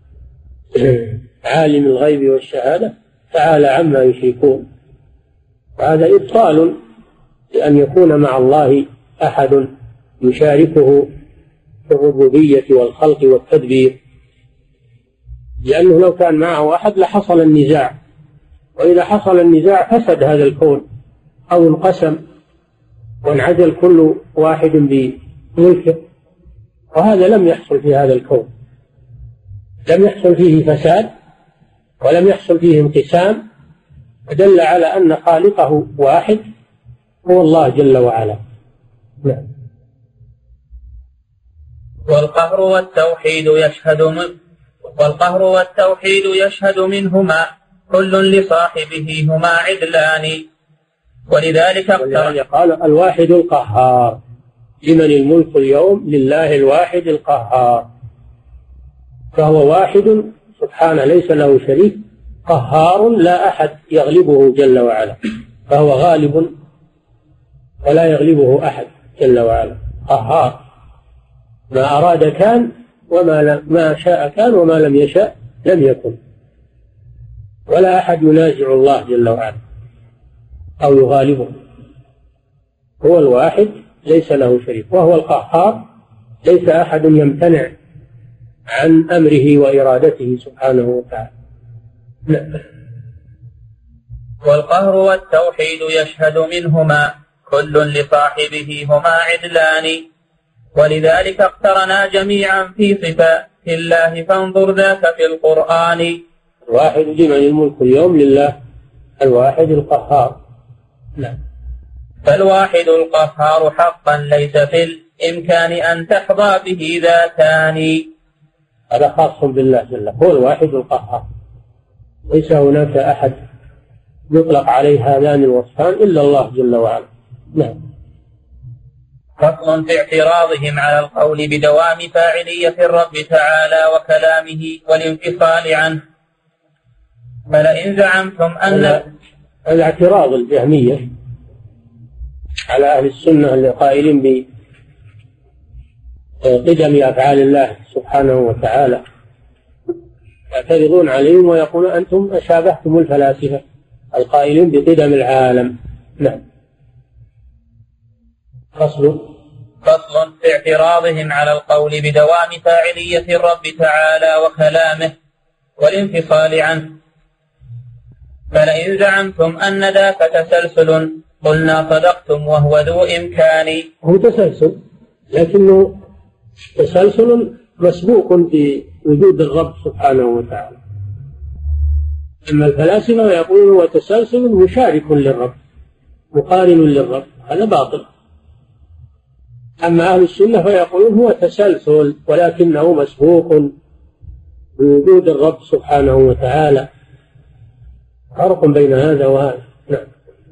عالم الغيب والشهادة تعالى عما يشركون. وهذا إبطال لأن يكون مع الله أحد يشاركه في الربوبية والخلق والتدبير، لأنه لو كان معه أحد لحصل النزاع، وإذا حصل النزاع فسد هذا الكون أو انقسم وانعزل كل واحد بملكه، وهذا لم يحصل في هذا الكون، لم يحصل فيه فساد ولم يحصل فيه انقسام، ودل على أن خالقه واحد هو الله جل وعلا. نعم. والقهر والتوحيد يشهد منهما كل لصاحبه هما عدلان، ولذلك قال: الواحد القهار، لمن الملك اليوم؟ لله الواحد القهار. فهو واحد سبحانه ليس له شريك، قهار لا أحد يغلبه جل وعلا، فهو غالب ولا يغلبه أحد جل وعلا. قهار، ما أراد كان ما شاء كان وما لم يشاء لم يكن، ولا أحد ينازع الله جل وعلا أو يغالبه. هو الواحد ليس له شريك، وهو القهار ليس أحد يمتنع عن أمره وإرادته سبحانه وتعالى. والقهر والتوحيد يشهد منهما كل لصاحبه هما عدلان، ولذلك اقترنا جميعا في صفات الله، فانظر ذاك في القرآن. الواحد لمن الملك اليوم؟ لله الواحد القهار. لا. فالواحد القهار حقا ليس في الإمكان أن تحظى به ذاتان. هذا خاص بالله جل، هو الواحد القهار، ليس هناك أحد يطلق عليه هذان الوصفان إلا الله جل وعلا. نعم. فصل في اعتراضهم على القول بدوام فاعلية الرب تعالى وكلامه والانفصال عنه. فلئن زعمتم أن الاعتراض الجهمية على أهل السنة القائلين بقدم أفعال الله سبحانه وتعالى، يعترضون عليهم ويقولون: أنتم أشابهتم الفلاسفة القائلين بقدم العالم. نعم. فصل في اعتراضهم على القول بدوام فاعلية الرب تعالى وكلامه والانفصال عنه. فلئن زعمتم أن ذاك تسلسل قلنا صدقتم وهو ذو إمكان. هو تسلسل، لكنه تسلسل مسبوق بوجود الرب سبحانه وتعالى. أما الفلاسفة يقولون هو تسلسل مشارك للرب مقارن للرب، هذا باطل. أما أهل السنة فيقولون هو تسلسل ولكنه مسبوق بوجود الرب سبحانه وتعالى. فرق بين هذا وهذا. نعم.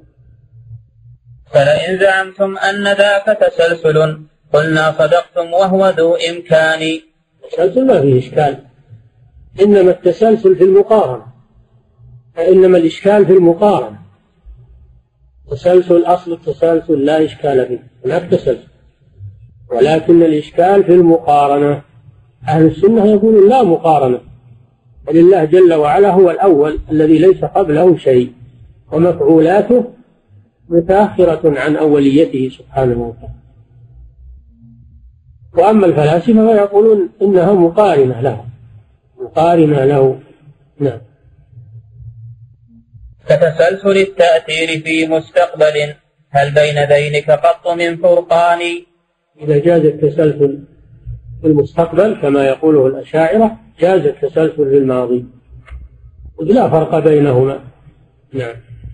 فلئن زعمتم أن ذاك تسلسل قلنا صدقتم وهو ذو إمكان. التسلسل ما فيه إشكال، إنما التسلسل في المقارنة، إنما الإشكال في المقارنة. تسلسل أصل التسلسل لا إشكال فيه، هناك تسلسل، ولكن الإشكال في المقارنة. أهل السنة يقولون لا مقارنة، ولله جل وعلا هو الأول الذي ليس قبله شيء، ومفعولاته متأخرة عن أوليته سبحانه وتعالى. وأما الفلاسفة فيقولون إنها مقارنة له. نعم. كتسلسل التأثير في مستقبل هل بين ذينك قط من فرقان. إذا جاز التسلسل في المستقبل كما يقوله الأشاعرة جاز التسلسل في الماضي لا فرق بينهما. نعم.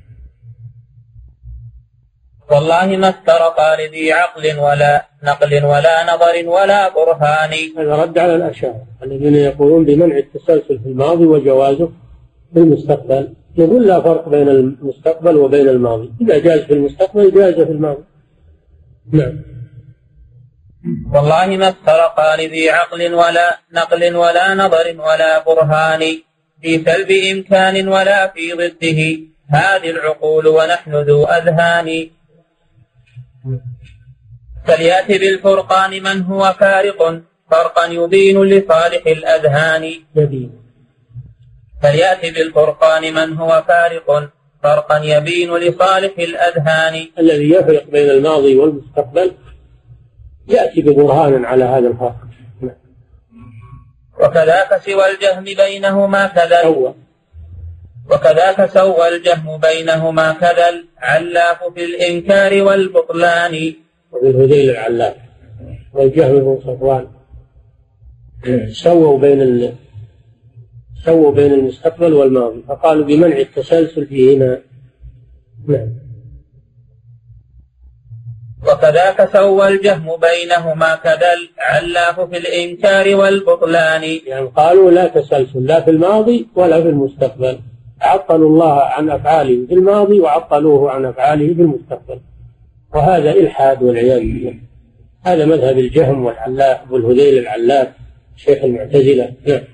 والله ما افترقا لذي عقل ولا نقل ولا نظر ولا برهان. هذا رد على الأشاعرة الذين يقولون بمنع التسلسل في الماضي وجوازه في المستقبل. يقول لا فرق بين المستقبل وبين الماضي، إذا جاز في المستقبل جاز في الماضي. نعم. والله ما افترقا لذي عقل ولا نقل ولا نظر ولا برهان في سلب إمكان ولا في ضده هذه العقول ونحن ذو أذهان. فليأتي بالفرقان من هو فارق فرقا يبين لصالح الأذهان. فليأتي بالفرقان من هو فارق فرقا يبين لصالح الأذهان. الذي يفرق بين الماضي والمستقبل يأتي ببرهان على هذا الفرق. وكذاك سوى الجهم بينهما كذا وكذاك سوى الجهم بينهما كذا العلاف في الإنكار والبطلان. وفي الهذيل العلاف والجهم بن صفوان سووا بين المستقبل والماضي فقالوا بمنع التسلسل فيهما. وكذاك سوى الجهم بينهما كذا العلاف في الإنكار والبطلان. يعني قالوا لا تسلسل لا في الماضي ولا في المستقبل، عطلوا الله عن أفعاله في الماضي وعطلوه عن أفعاله في المستقبل، وهذا إلحاد والعياذ بالله. هذا مذهب الجهم والعلاف والهذيل العلاف شيخ المعتزلة.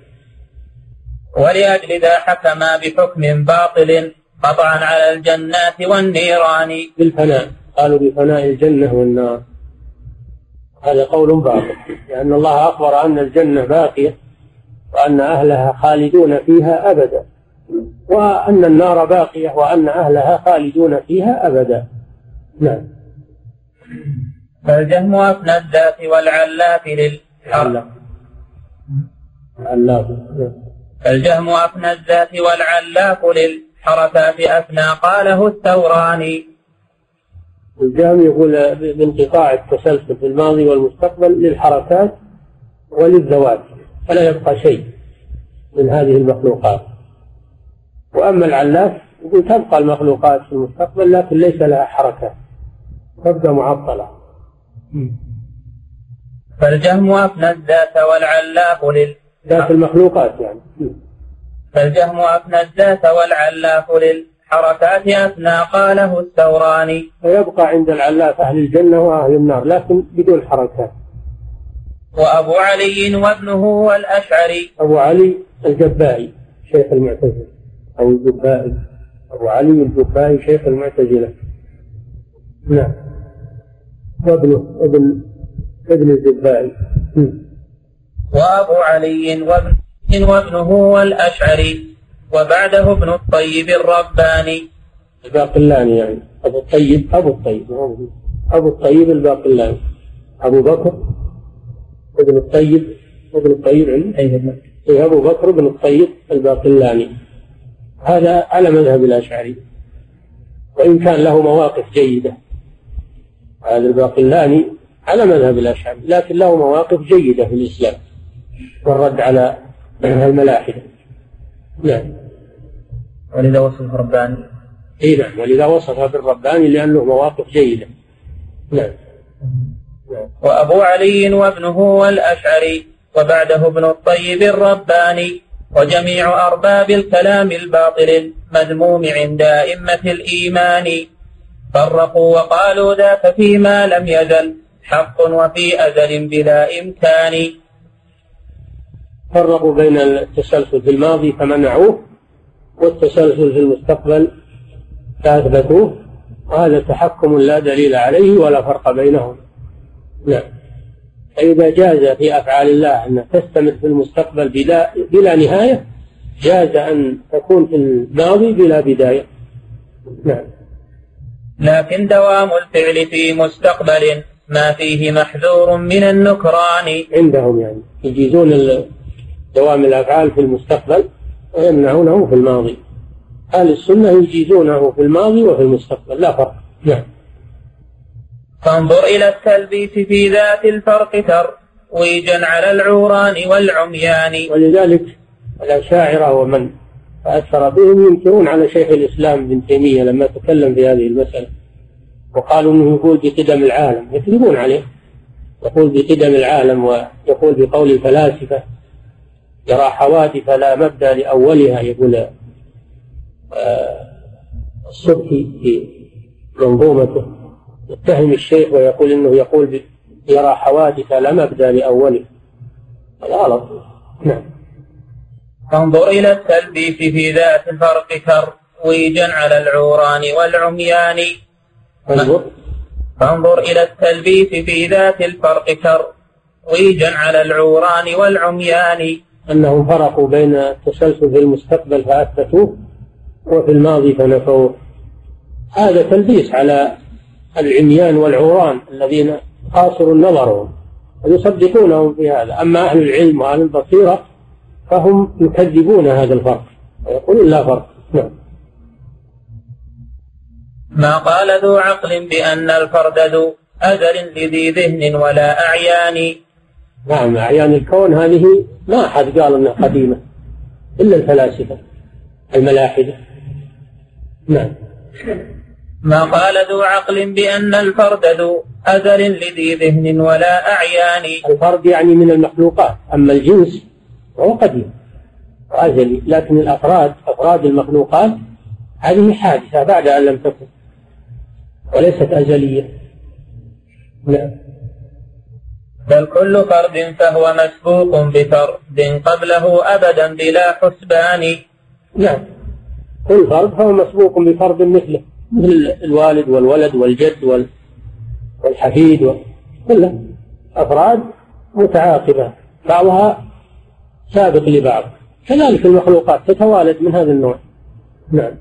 ولأجل ذا حكما بحكم باطل قطعا على الجنات والنيران. بالفناء، قالوا بفناء الجنة والنار، هذا قول باطل، لأن الله أخبر أن الجنة باقية وأن أهلها خالدون فيها أبدا، وأن النار باقية وأن أهلها خالدون فيها أبدا. نعم. فالجهم أفنى الذات والعلاف الجهم أفنى الذات والعلاف للحركات أفنى قاله الثوراني. الجهم يقول بانقطاع التسلسل في الماضي والمستقبل للحركات وللذوات، فلا يبقى شيء من هذه المخلوقات. وأما العلاف يقول تبقى المخلوقات في المستقبل لكن ليس لها حركات، تبقى معطلة. فالجهم أفنى الذات والعلاف ذات المخلوقات يعني. فالجهم أفنى الذات والعلاف للحركات أفنى قاله الثوراني. فيبقى عند العلاف أهل الجنة وأهل النار لكن بدون حركات. وأبو علي وابنه والأشعري. أبو علي الجبائي شيخ المعتزلة أو الجبائي، أبو علي الجبائي شيخ المعتزلة. نعم. وابنه ابن الجبائي. وأبو علي وابنه والأشعري وبعده ابن الطيب الرباني. الباقلاني يعني أبو الطيب الباقلاني، أبو بكر ابن الطيب أبو بكر ابن الطيب الباقلاني، هذا على مذهب الأشعري وإن كان له مواقف جيدة. هذا الباقلاني على مذهب الأشعري لكن له مواقف جيدة في الإسلام والرد على الملاحدة. نعم. ولذا وصف رباني. نعم، ولذا وصف بالرباني لأنه مواقف جيدة. نعم. وأبو علي وابنه والأشعري وبعده ابن الطيب الرباني وجميع أرباب الكلام الباطل المذموم عند أئمة الإيمان فرقوا وقالوا ذاك فيما لم يزل حق وفي أزل بلا إمكان. فرقوا بين التسلسل في الماضي فمنعوه والتسلسل في المستقبل فأثبتوه، وهذا تحكم لا دليل عليه ولا فرق بينهم. نعم. فإذا جاز في أفعال الله أن تستمر في المستقبل بلا نهاية جاز أن تكون في الماضي بلا بداية. نعم. لكن دوام الفعل في مستقبل ما فيه محذور من النكران. عندهم يعني يجيزون دوام الأفعال في المستقبل ويمنعونه في الماضي، أهل السنة يجيزونه في الماضي وفي المستقبل لا فرق. نعم. فانظر إلى التلبيس في ذات الفرق ترويجا على العوران والعميان. ولذلك الأشاعرة ومن تأثر بهم ينكرون على شيخ الإسلام ابن تيمية لما تكلم في هذه المسألة وقالوا أنه يقول بقدم العالم، يكذبون عليه، يقول بقدم العالم ويقول بقول الفلاسفة يرى حوادث لا مبدأ لأولها، يقول السبكي في منظومته يتهم الشيخ ويقول انه يقول يرى حوادث لا مبدأ لأولها، هذا غلط. نعم. فانظر إلى التلبيس في ذات الفرق ترويجا على العوران والعميان. فانظر إلى التلبيس في ذات الفرق ترويجا على العوران والعميان. أنهم فرقوا بين التسلسل في المستقبل فأثبتوه وفي الماضي فنفوه، هذا تلبيس على العميان والعوران الذين قاصروا النظر ويصدقونهم في هذا. أما أهل العلم وأهل البصيرة فهم يكذبون هذا الفرق ويقولون لا فرق. نعم. ما قال ذو عقل بأن الفرد ذو أزل لذي ذهن ولا أعيان. نعم، أعيان الكون هذه ما أحد قال أنها قديمة إلا الفلاسفة الملاحدة. نعم. ما قال ذو عقل بأن الفرد ذو أزل لذي ذهن ولا أعيان. الفرد يعني من المخلوقات، أما الجنس هو قديم وأزلي، لكن أفراد المخلوقات هذه حادثة بعد أن لم تكن وليست أزلية. نعم. بل كل فرد فهو مسبوق بفرد قبله أبدا بلا حسبان. نعم، كل فرد فهو مسبوق بفرد مثله، مثل الوالد والولد والجد والحفيد كلها أفراد متعاقبة بعضها سابق لبعض، كذلك المخلوقات تتوالد من هذا النوع. نعم.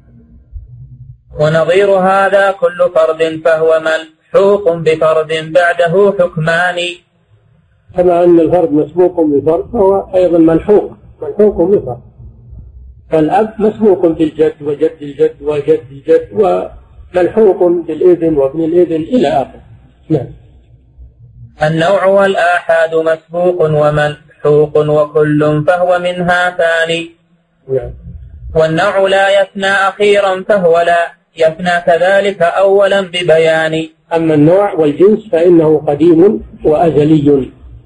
ونظير هذا كل فرد فهو ملحوق بفرد بعده حكمان. كما أن الفرد مسبوق بفرد فهو أيضا ملحوق بفرد، فالأب مسبوق بالجد وجد الجد وجد الجد وملحوق بالإذن وابن الإذن إلى آخره. نعم. النوع والآحاد مسبوق وملحوق وكل فهو منها ثاني. نعم. والنوع لا يفنى أخيرا فهو لا يفنى كذلك أولا ببيان. أما النوع والجنس فإنه قديم وأزلي،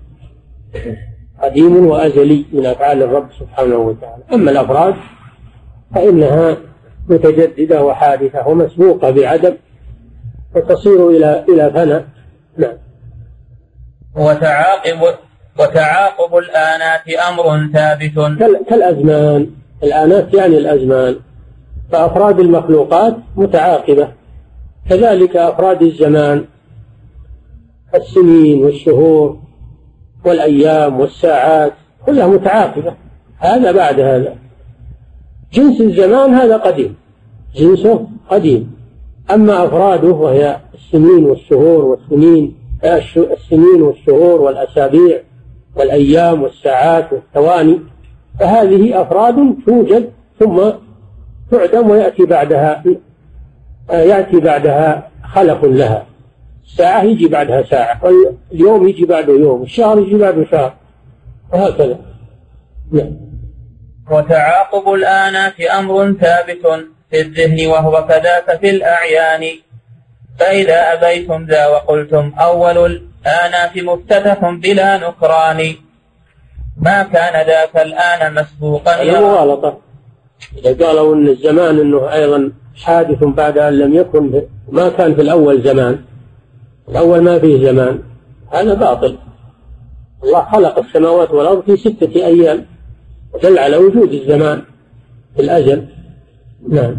قديم وأزلي من أفعال الرب سبحانه وتعالى. أما الأفراد فإنها متجددة وحادثة ومسبوقة بعدم وتصير إلى فناء. نعم. وتعاقب الآنات أمر ثابت كالأزمان، الآنات يعني الأزمان، فأفراد المخلوقات متعاقبة، كذلك أفراد الزمان السنين والشهور والأيام والساعات كلها متعاقبة، هذا بعد هذا. جنس الزمان هذا قديم، جنسه قديم، أما أفراده وهي السنين والشهور السنين والشهور والأسابيع والأيام والساعات والثواني فهذه أفراد توجد ثم تعدم ويأتي بعدها خلف لها. الساعة يجي بعدها ساعة، واليوم يجي بعده يوم، الشهر يجي بعده شهر، وهكذا. وتعاقب الآنات أمر ثابت في الذهن وهو كذاك في الأعيان. فإذا أبيتم ذا وقلتم أول الآنات مفتتح بلا نكران ما كان ذاك الآن مسبوقا. مغالطة إذا قالوا أن الزمان أنه أيضا حادث بعد أن لم يكن، ما كان في الأول زمان، الأول ما فيه زمان، هذا باطل. الله خلق السماوات والأرض في 6 أيام دل على وجود الزمان في الأزل. نعم.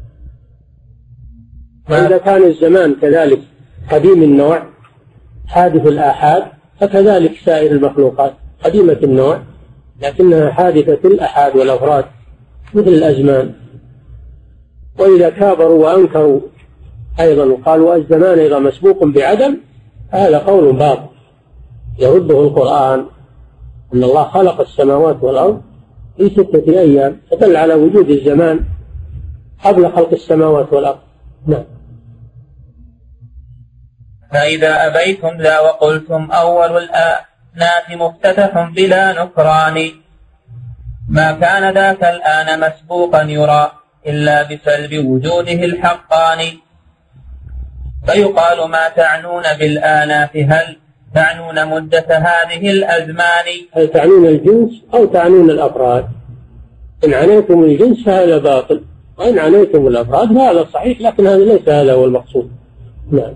وإذا كان الزمان كذلك قديم النوع حادث الآحاد فكذلك سائر المخلوقات قديمة النوع لكنها حادثة الآحاد والأفراد مثل الأزمان. وإذا كابروا وأنكروا أيضا وقالوا الزمان أيضا مسبوق بعدم، هذا قول باطل يرده القرآن، أن الله خلق السماوات والأرض في 6 أيام فدل على وجود الزمان قبل خلق السماوات والأرض. نعم. فإذا أبيتم ذا وقلتم أول الآنات مفتتح بلا نكران، ما كان ذاك الآن مسبوقا يرى إلا بسلب وجوده الحقان. فيقال ما تعنون بالآنات، هل تعنون مدة هذه الأزمان؟ هل تعنون الجنس أو تعنون الأفراد؟ إن عنيتم الجنس فهذا باطل، وإن عنيتم الأفراد فهذا صحيح، لكن هذا ليس هذا هو المقصود. نعم.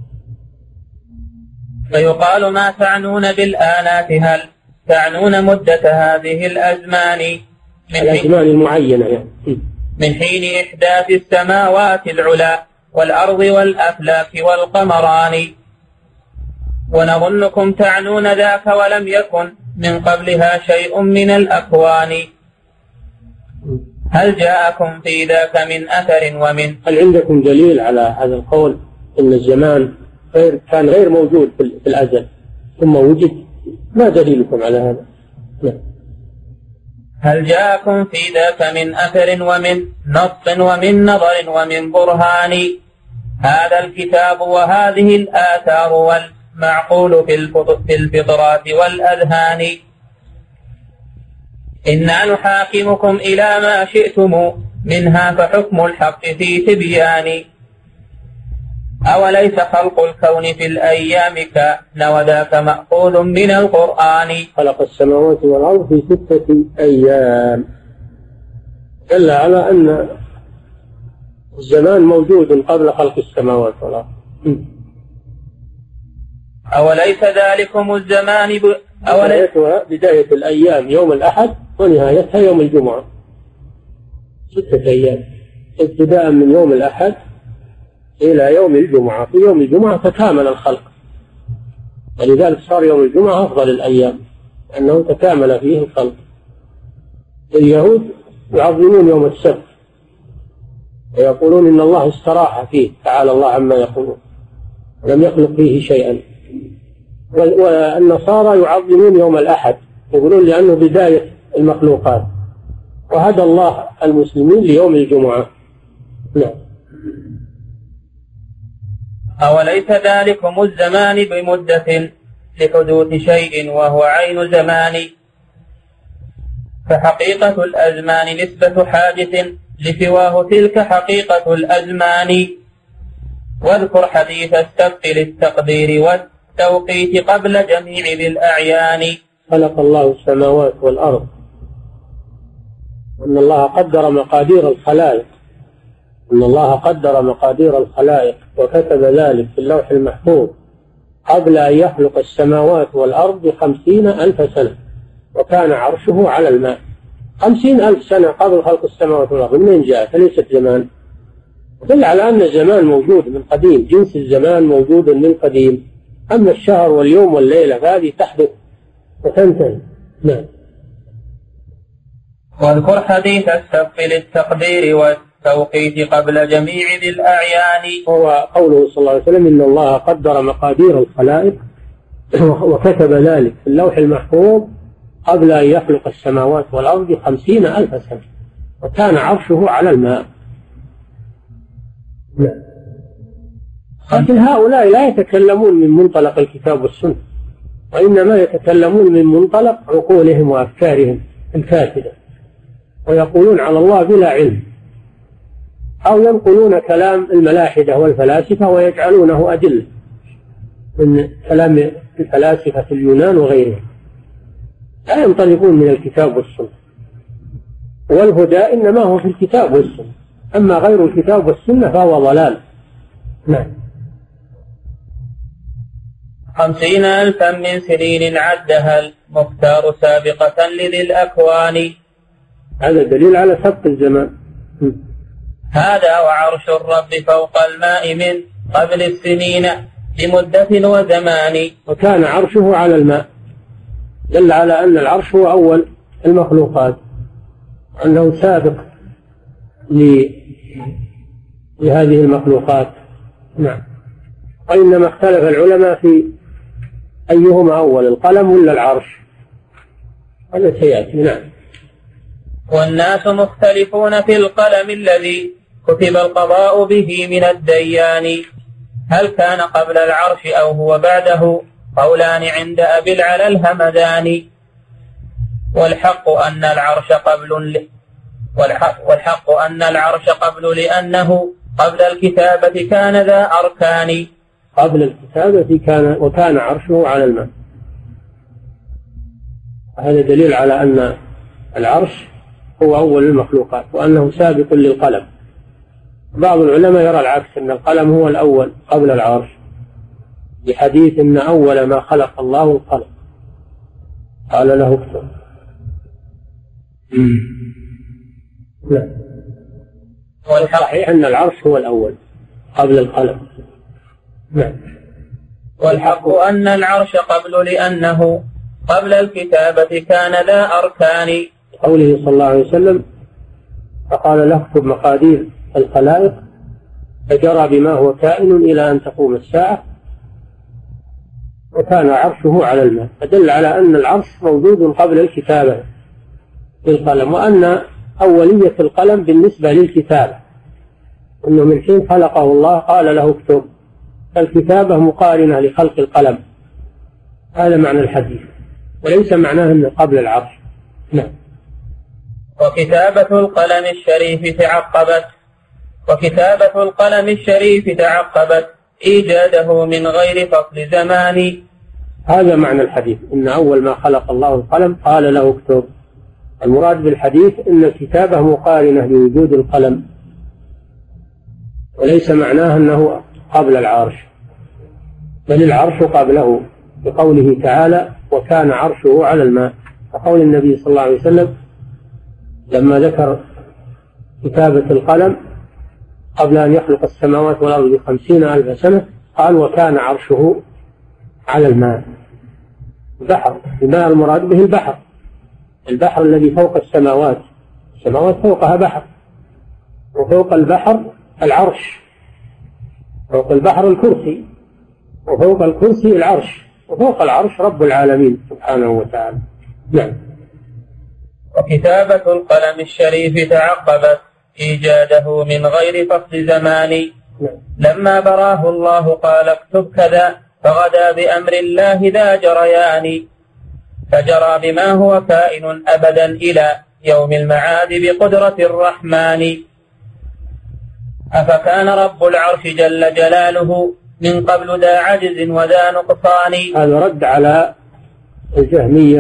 فيقال ما تعنون بالآنات، هل تعنون مدة هذه الأزمان؟ الأزمان المعينة يعني. من حين إحداث السماوات العلا والأرض والأفلاك والقمران. ونظنكم تعنون ذاك ولم يكن من قبلها شيء من الأكوان. هل جاءكم في ذاك من أثر ومن؟ هل عندكم دليل على هذا القول إن الزمان كان غير موجود في الأزل ثم وجد؟ ما دليلكم على هذا؟ لا. هل جاءكم في ذاك من أثر ومن نص ومن نظر ومن برهان؟ هذا الكتاب وهذه الآثار والمعقول في الفطرات والأذهان. إنا نحاكمكم إلى ما شئتم منها، فحكم الحق في تبيان. أوليس خلق الكون في الأيام كان وذاك مأخوذ من القرآن. خلق السماوات والأرض في 6 أيام، دل على أن الزمان موجود قبل خلق السماوات والأرض. أوليس ذلكم الزمان بداية الأيام يوم الأحد ونهايتها يوم الجمعة، 6 أيام ابتداء من يوم الأحد إلى يوم الجمعة. في يوم الجمعة تكامل الخلق، ولذلك صار يوم الجمعة أفضل الأيام لأنه تكامل فيه الخلق. اليهود يعظمون يوم السبت ويقولون إن الله استراح فيه، تعالى الله عما يقولون، لم يخلق فيه شيئا. والنصارى يعظمون يوم الأحد، يقولون لأنه بداية المخلوقات، وهدى الله المسلمين ليوم الجمعة. نعم. أوليس ذلكم الزمان بمدة لحدوث شيء وهو عين زمان، فحقيقة الأزمان نسبة حادث لسواه تلك حقيقة الأزمان. واذكر حديث السبق للتقدير والتوقيت قبل جميع ذي الأعيان. خلق الله السماوات والأرض، أن الله قدر مقادير الخلائق، أن الله قدر مقادير الخلائق وكتب ذلك في اللوح المحفوظ قبل أن يخلق السماوات والأرض ب50,000 سنة، وكان عرشه على الماء. 50,000 سنة قبل خلق السماوات والأرض، منين جاءت؟ ليست زمان. دل على أن الزمان موجود من قديم، جنس الزمان موجود من قديم. أما الشهر واليوم والليلة فهذه تحدث وتنتهي. نعم. واذكر حديث السبق للتقدير والتوقيت قبل جميع ذي الأعيان. هو قوله صلى الله عليه وسلم إن الله قدر مقادير الخلائق وكتب ذلك في اللوح المحفوظ قبل أن يخلق السماوات والأرض 50,000 سنة، وكان عرشه على الماء. لكن هؤلاء لا يتكلمون من منطلق الكتاب والسنة، وإنما يتكلمون من منطلق عقولهم وأفكارهم الفاسدة، ويقولون على الله بلا علم، أو ينقلون كلام الملاحدة والفلاسفة ويجعلونه أدلة من كلام الفلاسفة اليونان وغيرهم. لا ينطلقون من الكتاب والسنة، والهدى إنما هو في الكتاب والسنة، أما غير الكتاب والسنة فهو ضلال. نعم. 50,000 من سنين عدها المختار سابقة لذي الأكوان. هذا دليل على سبق الزمان. هذا وعرش الرب فوق الماء من قبل السنين بمدة وزمان. وكان عرشه على الماء، دل على أن العرش هو أول المخلوقات، أنه سابق لهذه المخلوقات. نعم. وإنما اختلف العلماء في أيهما أول، القلم ولا العرش، هذا سيأتي. نعم. والناس مختلفون في القلم الذي كتب القضاء به من الديان. هل كان قبل العرش أو هو بعده؟ قولان عند أبي العلا الهمداني. والحق أن العرش قبل لأنه قبل الكتابة كان ذا أركان. قبل الكتابة وكان عرشه على الماء. هذا دليل على أن العرش هو أول المخلوقات وأنه سابق للقلم. بعض العلماء يرى العكس، أن القلم هو الأول قبل العرش، بحديث إن أول ما خلق الله القلم قال له اكتب. لا، والصحيح أن العرش هو الأول قبل القلم. والحق أن العرش قبل لأنه قبل الكتابة كان ذا أركان. قوله صلى الله عليه وسلم فقال له اكتب مقادير الخلائق فجرى بما هو كائن إلى أن تقوم الساعة وكان عرشه على الماء، فدل على أن العرش موجود قبل الكتابة بالقلم، وأن أولية القلم بالنسبة للكتابة، أنه من حين خلقه الله قال له اكتب، فالكتابة مقارنة لخلق القلم. هذا معنى الحديث، وليس معناه أنه قبل العرش. نعم. وكتابة القلم الشريف تعقبت إيجاده من غير فصل زمان. هذا معنى الحديث، إن أول ما خلق الله القلم قال له اكتب. المراد بالحديث إن الكتابة مقارنة لوجود القلم، وليس معناه أنه قبل العرش، بل العرش قبله، بقوله تعالى وكان عرشه على الماء. وقول النبي صلى الله عليه وسلم لما ذكر كتابة القلم قبل أن يخلق السماوات والأرض ب50,000 سنة قال وكان عرشه على الماء. البحر، الماء المراد به البحر الذي فوق السماوات فوقها بحر، وفوق البحر العرش، فوق البحر الكرسي، وفوق الكرسي العرش، وفوق العرش رب العالمين سبحانه وتعالى. نعم. وكتابة القلم الشريف تعقبت إيجاده من غير فصل زمان. لما براه الله قال اكتب كذا فغدا بأمر الله ذا جريان، فجرى بما هو كائن أبدا إلى يوم المعاد بقدرة الرحمن. أفكان رب العرش جل جلاله من قبل ذا عجز وذا نقصان. هذا رد على الجهمية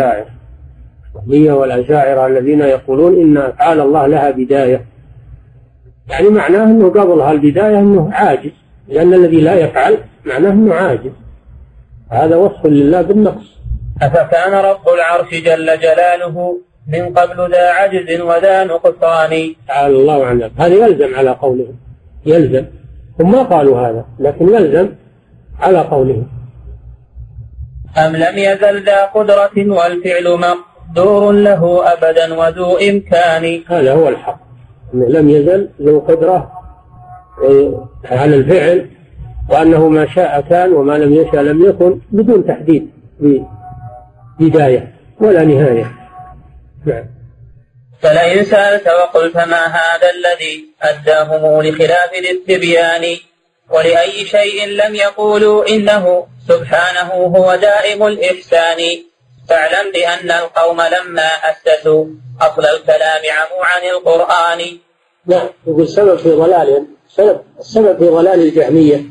والأشاعرة الذين يقولون إن أفعال الله لها بداية، يعني معناه أنه قبلها البداية أنه عاجز، لأن الذي لا يفعل معناه أنه عاجز، هذا وصف لله بالنقص. أفكان رب العرش جل جلاله من قبل ذا عجز وذا نقصان. تعالى الله عن ذلك. هذا يلزم على قولهم، يلزم، هم ما قالوا هذا لكن يلزم على قولهم. أم لم يزل ذا قدرة والفعل مقدور له أبدا وذو إمكان. هذا هو الحق، أنه لم يزل ذو قدرة على الفعل، وأنه ما شاء كان وما لم يشاء لم يكن، بدون تحديد بداية ولا نهاية. نعم. فلئن سألت وقلت ما هذا الذي أداهم لخلاف الاستبيان، ولأي شيء لم يقولوا إنه سبحانه هو دائم الإحسان، فاعلم بأن القوم لما أسسوا أصل الكلام عموا عن القرآن. نعم. يقول السبب في ضلالهم، السبب في ضلال الجهمية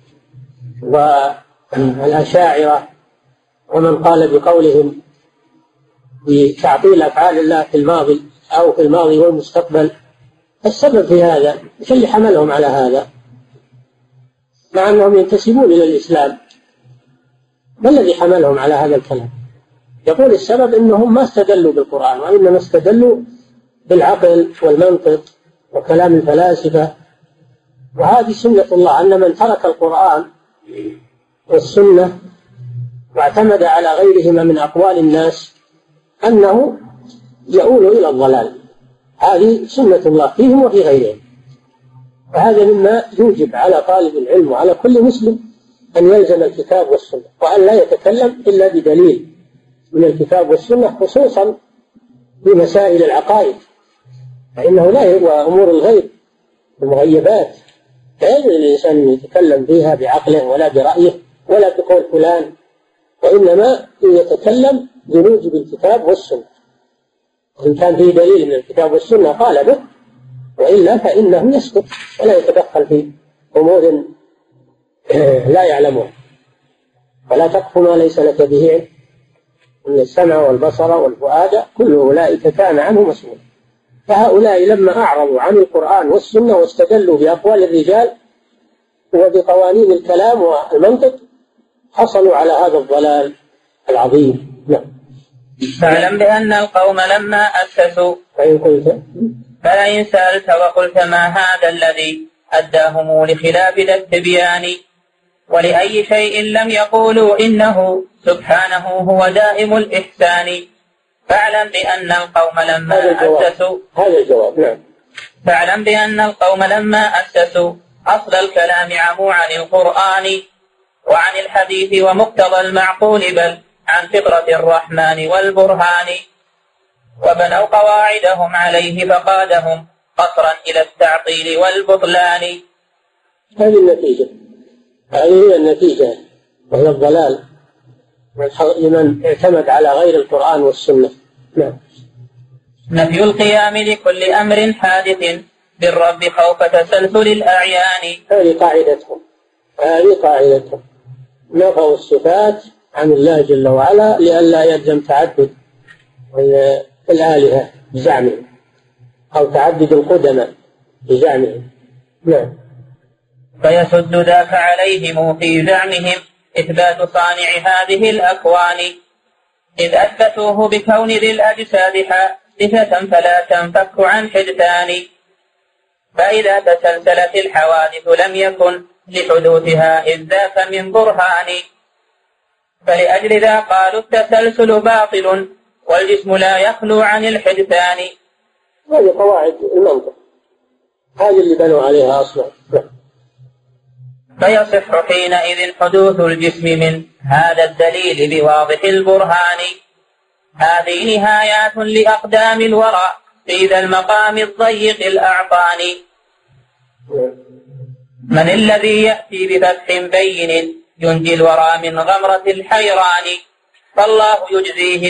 والأشاعرة ومن قال بقولهم بتعطيل أفعال الله في الماضي أو في الماضي والمستقبل، السبب في هذا إيش اللي حملهم على هذا مع أنهم ينتسبون إلى الإسلام؟ ما الذي حملهم على هذا الكلام؟ يقول السبب إنهم ما استدلوا بالقرآن، وإنما استدلوا بالعقل والمنطق وكلام الفلاسفة. وهذه سنة الله، أن من ترك القرآن والسنة واعتمد على غيرهما من أقوال الناس أنه يؤول إلى الضلال. هذه سنة الله فيهم وفي غيرهم، وهذا مما يوجب على طالب العلم وعلى كل مسلم أن يلزم الكتاب والسنة، وأن لا يتكلم إلا بدليل من الكتاب والسنة، خصوصا في مسائل العقائد، فإنه لا وأمور الغيب المغيبات لا يجوز الإنسان يتكلم فيها بعقله ولا برأيه ولا بقول فلان، وإنما يتكلم بموجب الكتاب والسنة. إن كان فيه دليل من الكتاب والسنة قال به، وإلا فإنه يسكت ولا يتدخل في أمور لا يعلمها. ولا تقف ما ليس لك به علم، إن السمع والبصر والفؤاد كل أولئك كان عنه مسؤولا. فهؤلاء لما أعرضوا عن القرآن والسنة واستدلوا بأقوال الرجال وبقوانين الكلام والمنطق حصلوا على هذا الضلال العظيم. نعم. فاعلم بأن القوم لما أسسوا فلئن سألت وقلت ما هذا الذي أداهم لخلاف ذا التبيان، ولأي شيء لم يقولوا إنه سبحانه هو دائم الإحسان. فاعلم بأن القوم لما أسسوا هذا الجواب. نعم. فاعلم بأن القوم لما أسسوا أصل الكلام عموا عن القرآن وعن الحديث ومقتضى المعقول، بل عن فطرة الرحمن والبرهان، وبنوا قواعدهم عليه فقادهم قصرا إلى التعطيل والبطلان. هذه النتيجة، هذه هي النتيجة، وهي الضلال لمن اعتمد على غير القرآن والسنة. نعم. نفي القيام لكل أمر حادث بالرب خوف تسلسل الأعيان. هذه قاعدتهم، نفوا الصفات عن الله جل وعلا لئلا يلزم تعدد الآلهة بزعمهم أو تعدد القدماء بزعمهم. نعم. فيسد ذاك عليهم في زعمهم إثبات صانع هذه الأكوان، إذ أثبتوه بكون ذي الأجساد حادثة فلا تنفك عن حدثان. فإذا تسلسلت الحوادث لم يكن لحدوثها إذ ذاك من برهان، فلأجل ذا قالوا التسلسل باطل والجسم لا يخلو عن الحدثان. هذه قواعد المنطق، هذه اللي بنوا عليها أصلا. فيصح حينئذ حدوث الجسم من هذا الدليل بواضح البرهان. هذه نهايات لأقدام الورى في ذا المقام الضيق الأعطان. من الذي يأتي بفتح بين ينجي الورى من غمرة الحيران؟ فالله يجزيه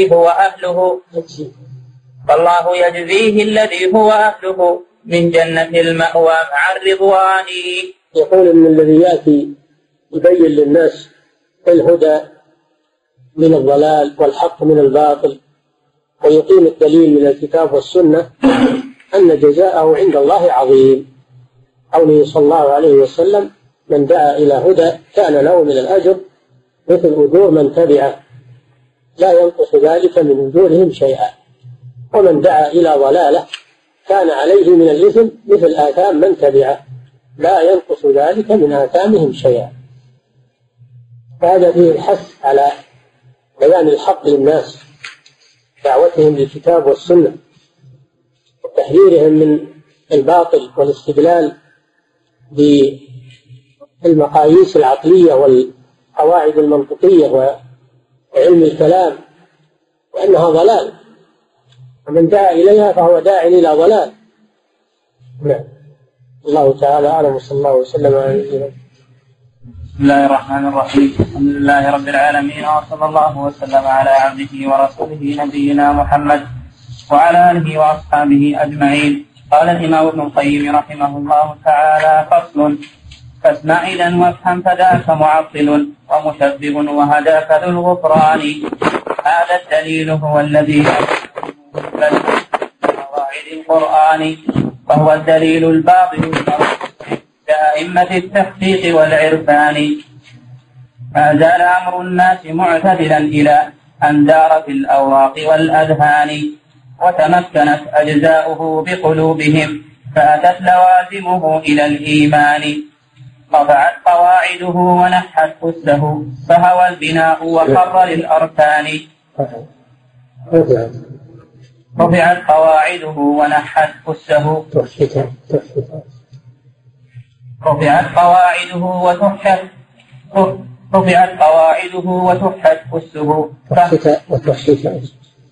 الذي هو أهله من جنة المأوى مع الرضوان. يقول إن الذي يأتي يبين للناس الهدى من الضلال والحق من الباطل ويقيم الدليل من الكتاب والسنة أن جزاءه عند الله عظيم. قوله صلى الله عليه وسلم: من دعا إلى هدى كان له من الأجر مثل أجور من تبعه لا ينقص ذلك من أجورهم شيئا، ومن دعا إلى ضلالة كان عليه من الإثم مثل آثام من تبعه لا ينقص ذلك من آثامهم شيئا. فهذا فيه الحث على بيان الحق للناس، دعوتهم للكتاب والسنة، وتحذيرهم من الباطل والاستدلال بالمقاييس العقلية والقواعد المنطقية وعلم الكلام، وأنها ضلال، ومن دعا إليها فهو داع إلى ضلال. نعم. الله تعالى أعلم، وصلى الله وسلم على نبينا. بسم الله الرحمن الرحيم. الحمد لله رب العالمين، وصلى الله وسلم على عبده ورسوله نبينا محمد وعلى آله وأصحابه أجمعين. قال الإمام ابن القيم رحمه الله تعالى: فصل: فاسمع إذا وافهم فذاك معطل ومشبب وهداك ذو الغفران. هذا الدليل هو الذي قواعد القرآن، وهو الدليل الباطل كأئمة التحقيق والعرفان. ما زال أمر الناس معتدلا إلى أن دار في الأوراق والأذهان، وتمكنت أجزاؤه بقلوبهم فأتت لوازمه إلى الإيمان. رفعت قواعده ونحت أسه فهوى البناء وخر للأركان. رفعت قواعده ونحت أسه رفعت قواعده وتحت أسه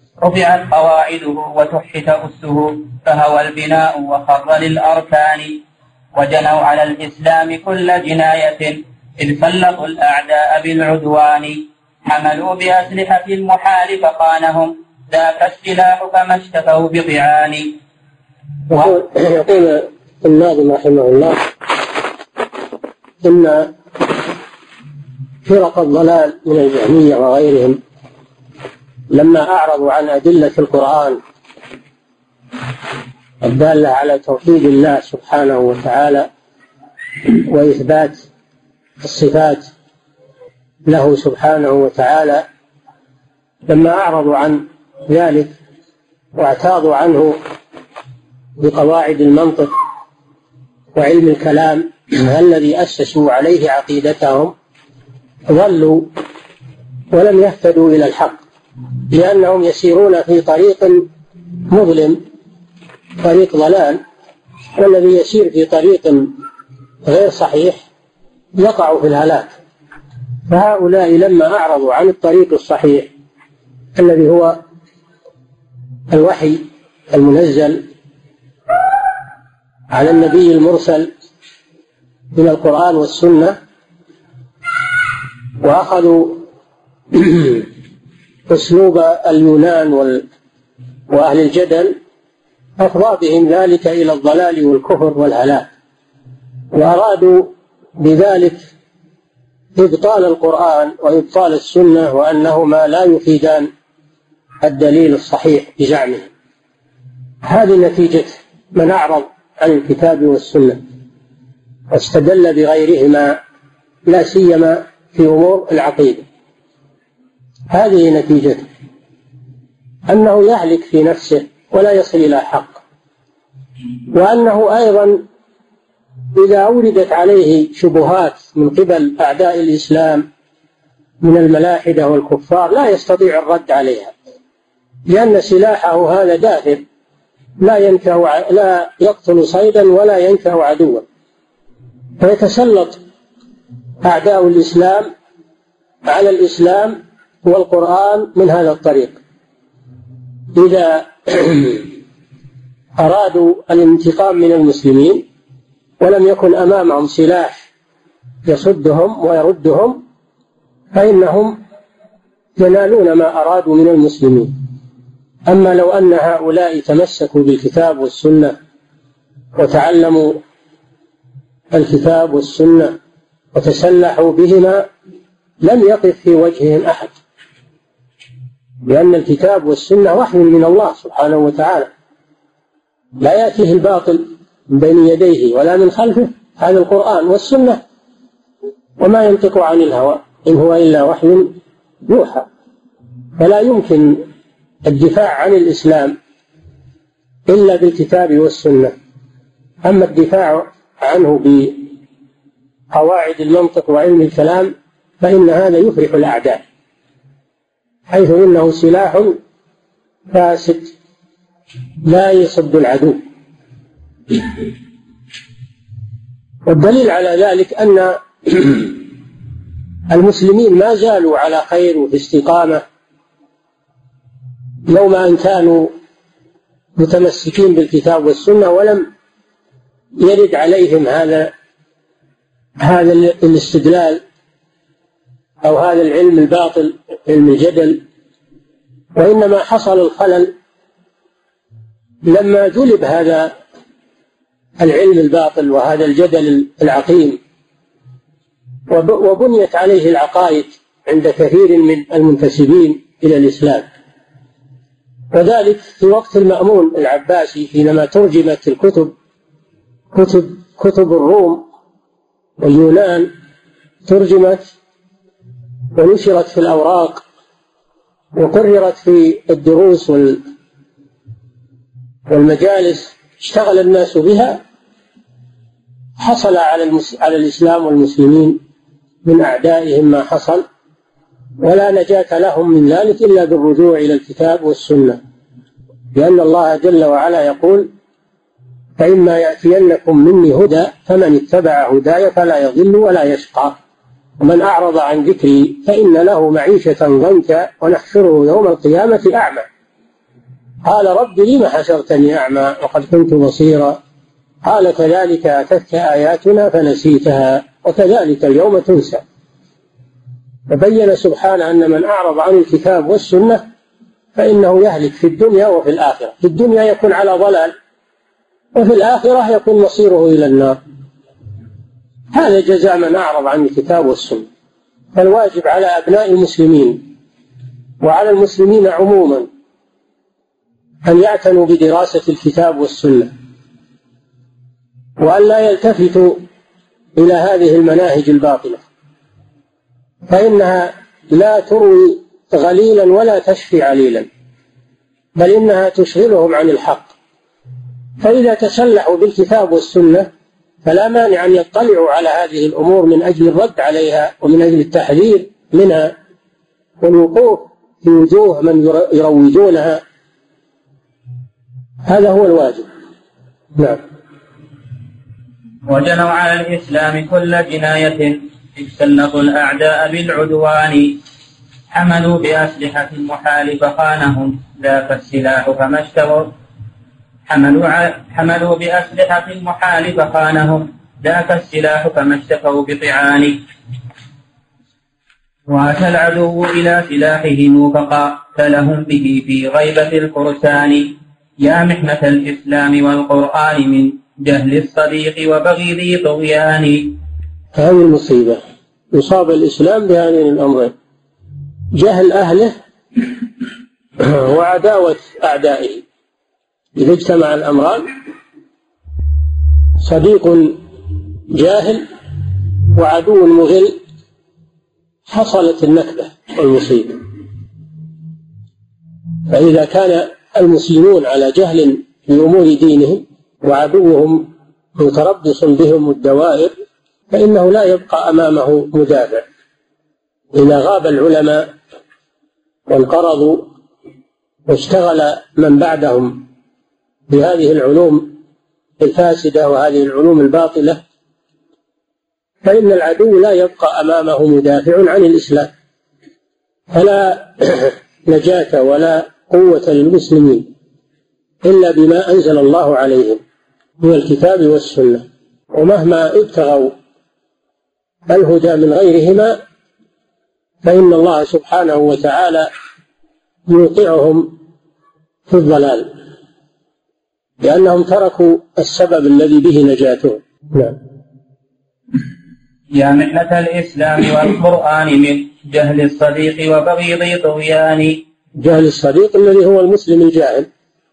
رفعت قواعده وتحت أسه فهوى البناء وخر للأركان. وجنوا على الإسلام كل جناية إذ سلطوا الأعداء بالعدوان حملوا بأسلحة المحال فقانهم ذاك السلاح فما اشتكوا بطعان. يقول الناظم رحمه الله إن فرق الضلال من الجهمية وغيرهم لما أعرضوا عن أدلة القرآن الدالة على توحيد الله سبحانه وتعالى وإثبات الصفات له سبحانه وتعالى، لما أعرضوا عن ذلك واعتاضوا عنه بقواعد المنطق وعلم الكلام الذي أسسوا عليه عقيدتهم، ضلوا ولم يهتدوا إلى الحق، لأنهم يسيرون في طريق مظلم، طريق ضلال، والذي يسير في طريق غير صحيح يقع في الهلاك. فهؤلاء لما أعرضوا عن الطريق الصحيح الذي هو الوحي المنزل على النبي المرسل من القرآن والسنة، وأخذوا أسلوب اليونان وأهل الجدل، أفضى بهم ذلك إلى الضلال والكفر والهلاك، وأرادوا بذلك إبطال القرآن وإبطال السنة، وأنهما لا يفيدان الدليل الصحيح بزعمه. هذه نتيجة من أعرض عن الكتاب والسنة واستدل بغيرهما، لا سيما في أمور العقيدة. هذه نتيجته، أنه يهلك في نفسه ولا يصل إلى حق، وأنه أيضا إذا أوردت عليه شبهات من قبل أعداء الإسلام من الملاحدة والكفار لا يستطيع الرد عليها، لأن سلاحه هذا دافع لا يقتل صيدا ولا ينكه عدوا، فيتسلط أعداء الإسلام على الإسلام والقرآن من هذا الطريق. إذا أرادوا الانتقام من المسلمين ولم يكن أمامهم سلاح يصدهم ويردهم، فإنهم ينالون ما أرادوا من المسلمين. أما لو أن هؤلاء تمسكوا بالكتاب والسنة وتعلموا الكتاب والسنة وتسلحوا بهما لم يقف في وجههم أحد، لأن الكتاب والسنة وحي من الله سبحانه وتعالى، لا يأتيه الباطل من بين يديه ولا من خلفه. هذا القرآن والسنة، وما ينطق عن الهوى إن هو إلا وحي يوحى. فلا يمكن الدفاع عن الإسلام إلا بالكتاب والسنة. أما الدفاع عنه بقواعد المنطق وعلم الكلام فإن هذا يفرح الأعداء، حيث إنه سلاح فاسد لا يصد العدو. والدليل على ذلك أن المسلمين ما زالوا على خير وفي استقامة يوم أن كانوا متمسكين بالكتاب والسنة، ولم يرد عليهم هذا الاستدلال أو هذا العلم الباطل، علم الجدل. وإنما حصل الخلل لما جلب هذا العلم الباطل وهذا الجدل العقيم، وبنيت عليه العقائد عند كثير من المنتسبين إلى الإسلام. وذلك في وقت المأمون العباسي حينما ترجمت الكتب، كتب الروم واليونان، ترجمت ونشرت في الأوراق وقررت في الدروس والمجالس، اشتغل الناس بها، حصل على الإسلام والمسلمين من أعدائهم ما حصل، ولا نجاة لهم من ذلك إلا بالرجوع إلى الكتاب والسنة، لأن الله جل وعلا يقول: فإما يأتينكم مني هدى فمن اتبع هداي فلا يضل ولا يشقى، ومن أعرض عن ذكري فإن له معيشة ضنكا ونحشره يوم القيامة أعمى. قال: رب لم حشرتني أعمى وقد كنت بصيرا قال كذلك أتتك آياتنا فنسيتها وكذلك اليوم تنسى. فبين سبحانه أن من أعرض عن الكتاب والسنة فإنه يهلك في الدنيا وفي الآخرة. في الدنيا يكون على ضلال، وفي الآخرة يكون مصيره إلى النار. هذا جزاء من أعرض عن الكتاب والسنة. فالواجب على أبناء المسلمين وعلى المسلمين عموما أن يعتنوا بدراسة الكتاب والسنة، وأن لا يلتفتوا إلى هذه المناهج الباطلة، فإنها لا تروي غليلا ولا تشفي عليلا، بل إنها تشغلهم عن الحق. فإذا تسلحوا بالكتاب والسنة فلا مانع أن يطلعوا على هذه الأمور من أجل الرد عليها ومن أجل التحذير منها والوقوف في وجوه من يروجونها. هذا هو الواجب. نعم. وجنوا على الإسلام كل جناية، اجتنبوا الأعداء بالعدوان، حملوا بأسلحة المحال فخانهم، ذاك السلاح فما اشتروا. حملوا بأسلحة المحال فخانهم، ذاك السلاح فما اشتكوا بطعان. وأتى العدو إلى سلاحهم فقاتلهم به في غيبة الفرسان، يا محنة الإسلام والقرآن من جهل الصديق وبغي ذي طغيان. هذه المصيبة يصاب الإسلام بهذين الأمرين: جهل أهله وعداوة أعدائه. إذا اجتمع الأمران، صديق جاهل وعدو مغل، حصلت النكبة والمصيبة. فإذا كان المسلمون على جهل بأمور دينهم وعدوهم متربص بهم الدوائر، فإنه لا يبقى أمامه مدافع. إذا غاب العلماء وانقرضوا واشتغل من بعدهم بهذه العلوم الفاسدة وهذه العلوم الباطلة، فإن العدو لا يبقى أمامه مدافع عن الإسلام، فلا نجاة ولا قوة للمسلمين إلا بما أنزل الله عليهم من الكتاب والسنة. ومهما ابتغوا الهدى من غيرهما فإن الله سبحانه وتعالى يوقعهم في الضلال، لأنهم تركوا السبب الذي به نجاتهم. نعم. يا محنة الإسلام والقرآن من جهل الصديق وبغي ذي طغيان. جهل الصديق الذي هو المسلم الجاهل،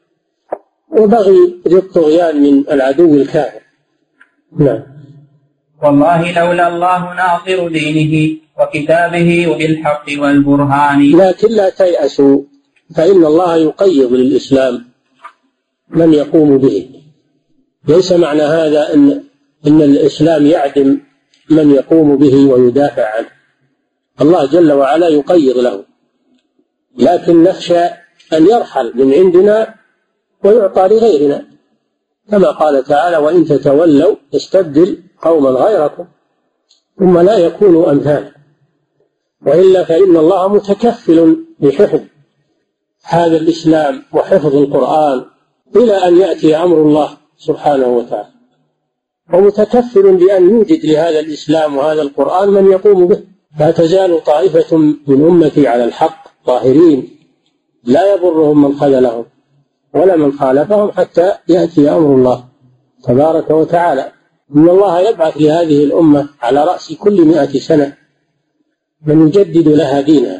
وبغي ذي الطغيان من العدو الكافر. نعم. والله لولا الله ناصر دينه وكتابه وبالحق والبرهان. لكن لا تيأسوا، فإن الله يقيض للإسلام من يقوم به. ليس معنى هذا إن الإسلام يعدم من يقوم به ويدافع عنه. الله جل وعلا يقيض له، لكن نخشى أن يرحل من عندنا ويعطى لغيرنا، كما قال تعالى: وإن تتولوا يستبدل قوما غيركم ثم لا يكونوا أمثالكم. وإلا فإن الله متكفل بحفظ هذا الإسلام وحفظ القرآن إلى أن يأتي أمر الله سبحانه وتعالى، ومتكفل بأن يوجد لهذا الإسلام وهذا القرآن من يقوم به. لا تزال طائفة من أمتي على الحق ظاهرين لا يضرهم من خذلهم ولا من خالفهم حتى يأتي أمر الله تبارك وتعالى. إن الله يبعث لهذه الأمة على رأس كل 100 سنة من يجدد لها دينها.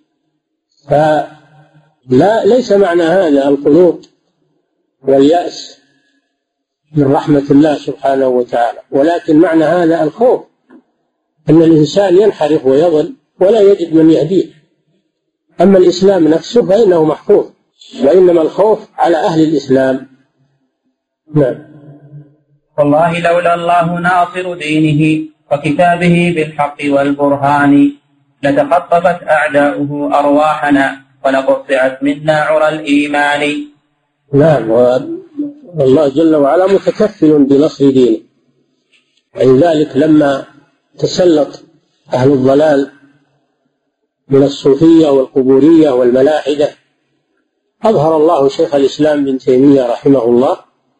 ليس معنى هذا القنوط واليأس من رحمة الله سبحانه وتعالى، ولكن معنى هذا الخوف أن الإنسان ينحرف ويضل ولا يجد من يهديه. أما الإسلام نفسه فإنه محفوظ، وإنما الخوف على أهل الإسلام. نعم. والله لولا الله ناصر دينه وكتابه بالحق والبرهان لتخطفت أعداؤه أرواحنا ولقطعت منا عرى الإيمان. نعم. والله جل وعلا متكفل بنصر دينه، ولذلك لما تسلط أهل الضلال من الصوفية والقبورية والملاحدة أظهر الله شيخ الإسلام ابن تيمية رحمه الله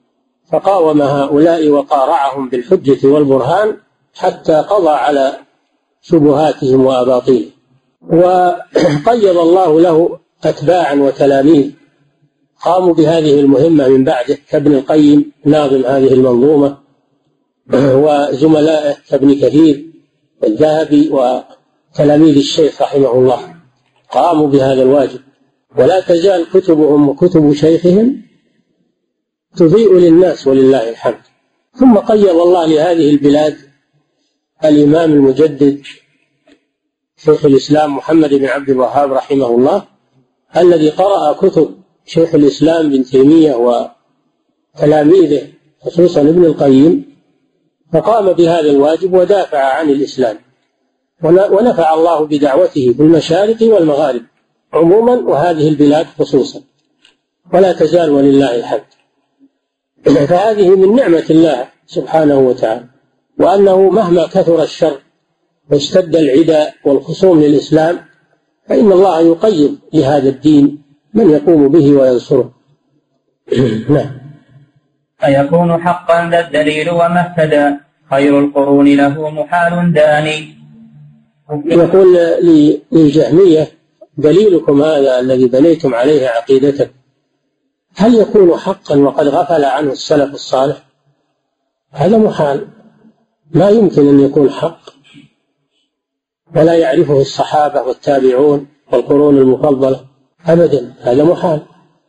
فقاوم هؤلاء وقارعهم بالحجة والبرهان حتى قضى على شبهاتهم وأباطيلهم. وقيض الله له أتباعا وتلاميذ قاموا بهذه المهمة من بعده كابن القيم ناظم هذه المنظومة، وزملائه كابن كثير والذهبي وتلاميذ الشيخ رحمه الله قاموا بهذا الواجب. ولا تزال كتبهم وكتب شيخهم تضيء للناس ولله الحمد. ثم قيض الله لهذه البلاد الإمام المجدد شيخ الإسلام محمد بن عبد الوهاب رحمه الله، الذي قرأ كتب شيخ الإسلام بن تيمية وتلاميذه خصوصا ابن القيم، فقام بهذا الواجب ودافع عن الإسلام، ونفع الله بدعوته في المشارق والمغارب عموما وهذه البلاد خصوصا، ولا تزال ولله الحمد. فهذه من نعمة الله سبحانه وتعالى، وأنه مهما كثر الشر واشتد العداء والخصوم للإسلام فإن الله يقيض لهذا الدين من يقوم به وينصره. نعم. أيكون حقا ذا الدليل وما اهتدى خير القرون له محال داني. يقول للجهمية دليلكم هذا الذي بنيتم عليه عقيدتكم هل يكون حقا وقد غفل عنه السلف الصالح؟ هذا محال، ما يمكن أن يكون حق ولا يعرفه الصحابة والتابعون والقرون المفضلة أبدا، هذا محال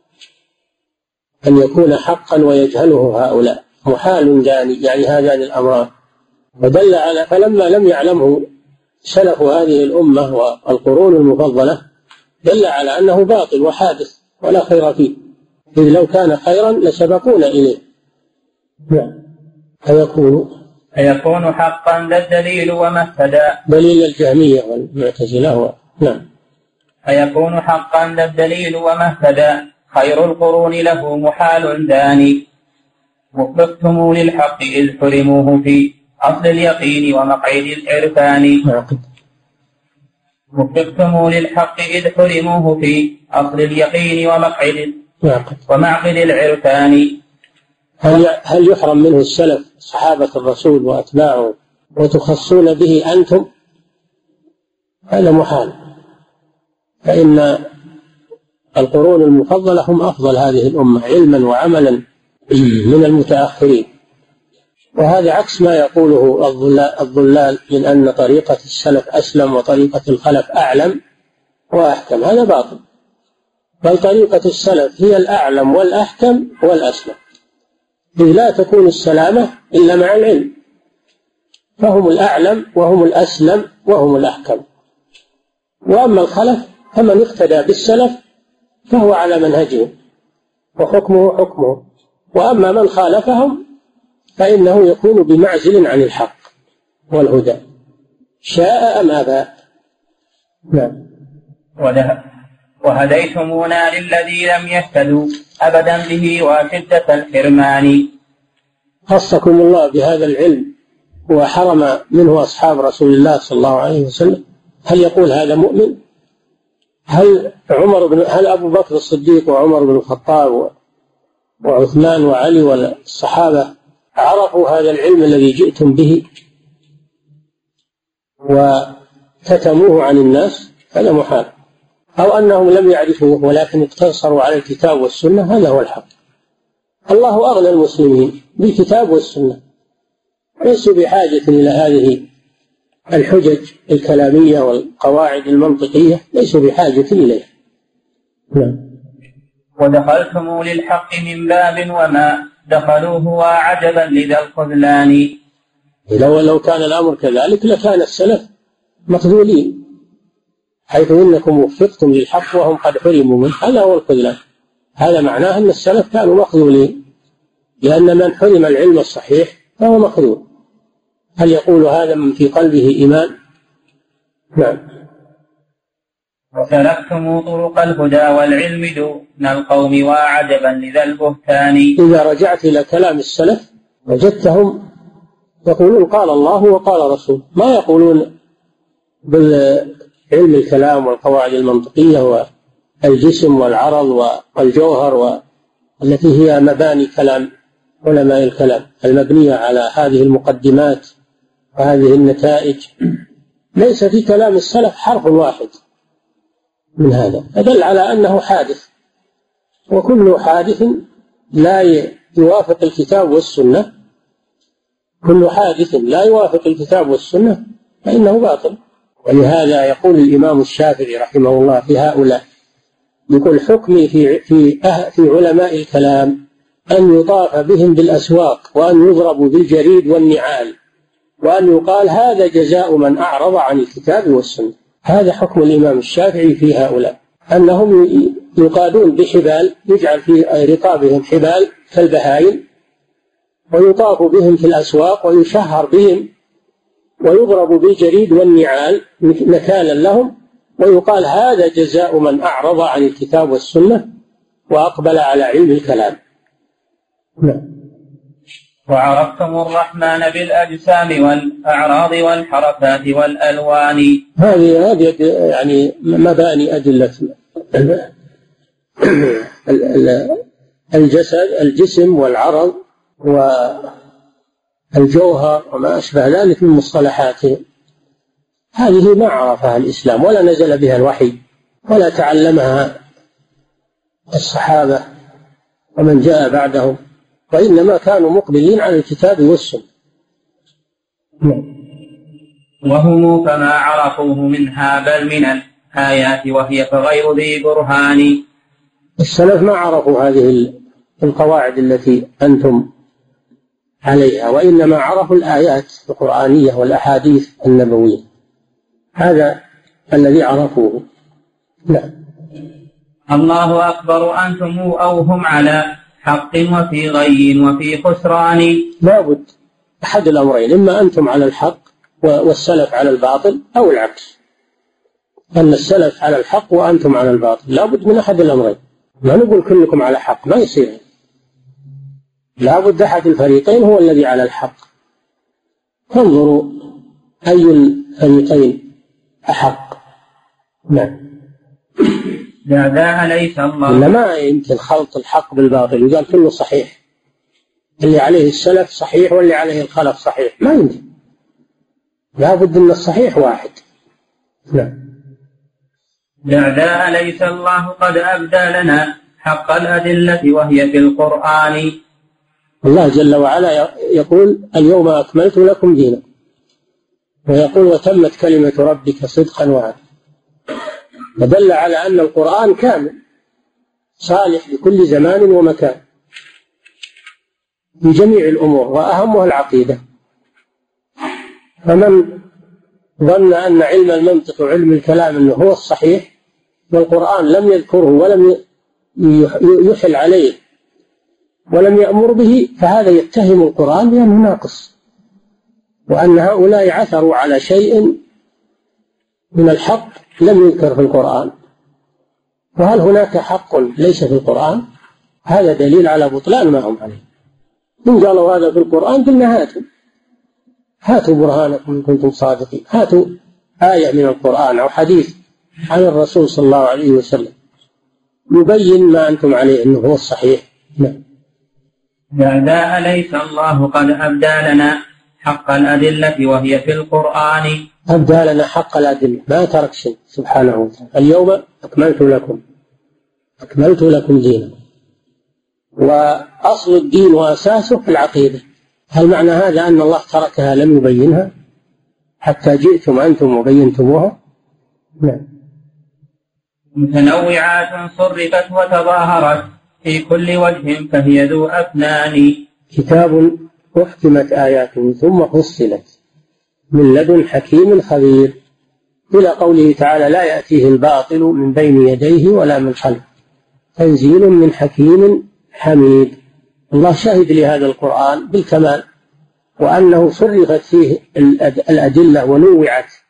أن يكون حقا ويجهله هؤلاء، محال داني يعني هذان الأمران. ودل على فلما لم يعلمه سلف هذه الأمة والقرون المفضلة دل على أنه باطل وحادث ولا خير فيه، إذ لو كان خيرا لسبقونا إليه. أيكون حقا ذا الدليل وما اهتدى. دليل الجهمية والمعتزلة هو نعم. أيكون حقا ذا الدليل وما اهتدى خير القرون له محال داني. وفقتم للحق إذ حرموه في أصل اليقين ومقعد العرفان. وفقتم للحق إذ حرموه في أصل اليقين ومعقد العرفان. هل يحرم منه السلف صحابة الرسول وأتباعه وتخصون به أنتم؟ هذا محال، فإن القرون المفضلة هم أفضل هذه الأمة علما وعملا من المتأخرين، وهذا عكس ما يقوله الضلال من أن طريقة السلف أسلم وطريقة الخلف أعلم وأحكم. هذا باطل، بل طريقة السلف هي الأعلم والأحكم والأسلم، إذ لا تكون السلامة إلا مع العلم، فهم الأعلم وهم الأسلم وهم الأحكم. وأما الخلف فمن اقتدى بالسلف فهو على منهجهم وحكمه حكمه، وأما من خالفهم فإنه يكون بمعزل عن الحق والهدى شاء أم أبى. نعم. وهديتمونا للذي لم يهتدوا أبدا به وشدة الحرمان. خصكم الله بهذا العلم وحرم منه أصحاب رسول الله صلى الله عليه وسلم. هل يقول هذا مؤمن؟ هل أبو بكر الصديق وعمر بن الخطاب وعثمان وعلي والصحابة عرفوا هذا العلم الذي جئتم به وكتموه عن الناس؟ هذا محال. أو أنهم لم يعرفوه ولكن اقتصروا على الكتاب والسنة، هذا هو الحق. الله أغنى المسلمين بالكتاب والسنة، ليسوا بحاجة إلى هذه الحجج الكلامية والقواعد المنطقية، ليسوا بحاجة إليها. ودخلتم للحق من باب وما دخلوه وعجبا لذا الخذلان. لو كان الأمر كذلك لكان السلف مخذولين، حيث إنكم وفقتم للحق وهم قد حرموا منه، هذا هو الخذلان. هذا معناه أن السلف كانوا مخذولين، لأن من حرم العلم الصحيح فهو مخذول. هل يقول هذا من في قلبه إيمان؟ نعم. وسلكتم طرق الهدى والعلم دون القوم وعجبا لذا البهتان. إذا رجعت إلى كلام السلف وجدتهم يقولون قال الله وقال رسول، ما يقولون بالعلم الكلام والقواعد المنطقية والجسم والعرض والجوهر التي هي مباني كلام علماء الكلام المبنية على هذه المقدمات وهذه النتائج. ليس في كلام السلف حرف واحد من هذا، يدل على أنه حادث، وكل حادث لا يوافق الكتاب والسنة، كل حادث لا يوافق الكتاب والسنة فإنه باطل. ولهذا يقول الإمام الشافعي رحمه الله في هؤلاء، يقول حكمي في علماء الكلام أن يطاف بهم بالأسواق وأن يضربوا بالجريد والنعال وأن يقال هذا جزاء من أعرض عن الكتاب والسنة. هذا حكم الإمام الشافعي في هؤلاء، أنهم يقادون بحبال، يجعل في رقابهم حبال كالبهائم، ويطاف بهم في الأسواق ويشهر بهم ويضرب بالجريد والنعال نكالا لهم، ويقال هذا جزاء من أعرض عن الكتاب والسنة وأقبل على علم الكلام. وعرفتم الرحمن بالأجسام والأعراض والحركات والألوان. هذه يعني مباني أدلة الجسم والعرض والجوهر وما أشبه ذلك من مصطلحاته. هذه ما عرفها الإسلام ولا نزل بها الوحي ولا تعلمها الصحابة ومن جاء بعدهم، وإنما كانوا مقبلين على الكتاب والسنة. وهم فما عرفوه منها بل من الآيات وهي فغير ذي برهان. السلف ما عرفوا هذه القواعد التي أنتم عليها، وإنما عرفوا الآيات القرآنية والأحاديث النبوية، هذا الذي عرفوه. لا. الله أكبر أنتم أو هم على حق وفي غي وفي خسران. لا بد أحد الأمرين، إما أنتم على الحق والسلف على الباطل، أو العكس، أن السلف على الحق وأنتم على الباطل. لا بد من أحد الأمرين، ما نقول كلكم على حق، ما يصير. لا بد أحد الفريقين هو الذي على الحق. انظروا أي الفريقين أحق. نعم. لا ليس الله. ما يمكن خلط الحق بالباطل، يقال كله صحيح، اللي عليه السلف صحيح واللي عليه الخلف صحيح، ما يمكن. لا بد أن الصحيح واحد. نعم. لا ليس الله قد أبدى لنا حق الأدلة وهي في القرآن. الله جل وعلا يقول اليوم أكملت لكم دينكم، ويقول وتمت كلمة ربك صدقا وعدلا، فدل على أن القرآن كامل صالح لكل زمان ومكان في جميع الأمور، وأهمها العقيدة. فمن ظن أن علم المنطق وعلم الكلام أنه هو الصحيح والقرآن لم يذكره ولم يحل عليه ولم يأمر به، فهذا يتهم القرآن بأنه ناقص، وأن هؤلاء عثروا على شيء من الحق لم يذكر في القرآن. وهل هناك حق ليس في القرآن؟ هذا دليل على بطلان ما هم عليه. إن قالوا هذا في القرآن قلنا هاتوا برهانكم إن كنتم صادقين، هاتوا آية من القرآن أو حديث عن الرسول صلى الله عليه وسلم يبين ما أنتم عليه أنه هو الصحيح. لا ليس الله قد أبدى لنا حق الأدلة وهي في القرآن. أبدى لنا حق الأدلة، ما ترك شيء سبحانه وتعالى. اليوم أكملت لكم دينكم، وأصل الدين وأساسه في العقيدة. هل معنى هذا أن الله تركها لم يبينها حتى جئتم أنتم وبينتموها؟ نعم. متنوعات صرفت وتظاهرت في كل وجه فهي ذو أفنان. كتاب أحكمت آياته ثم فصلت من لدن حكيم خبير، إلى قوله تعالى لا يأتيه الباطل من بين يديه ولا من خلفه تنزيل من حكيم حميد. الله شهد لهذا القرآن بالكمال، وأنه صرفت فيه الأدلة ونوعت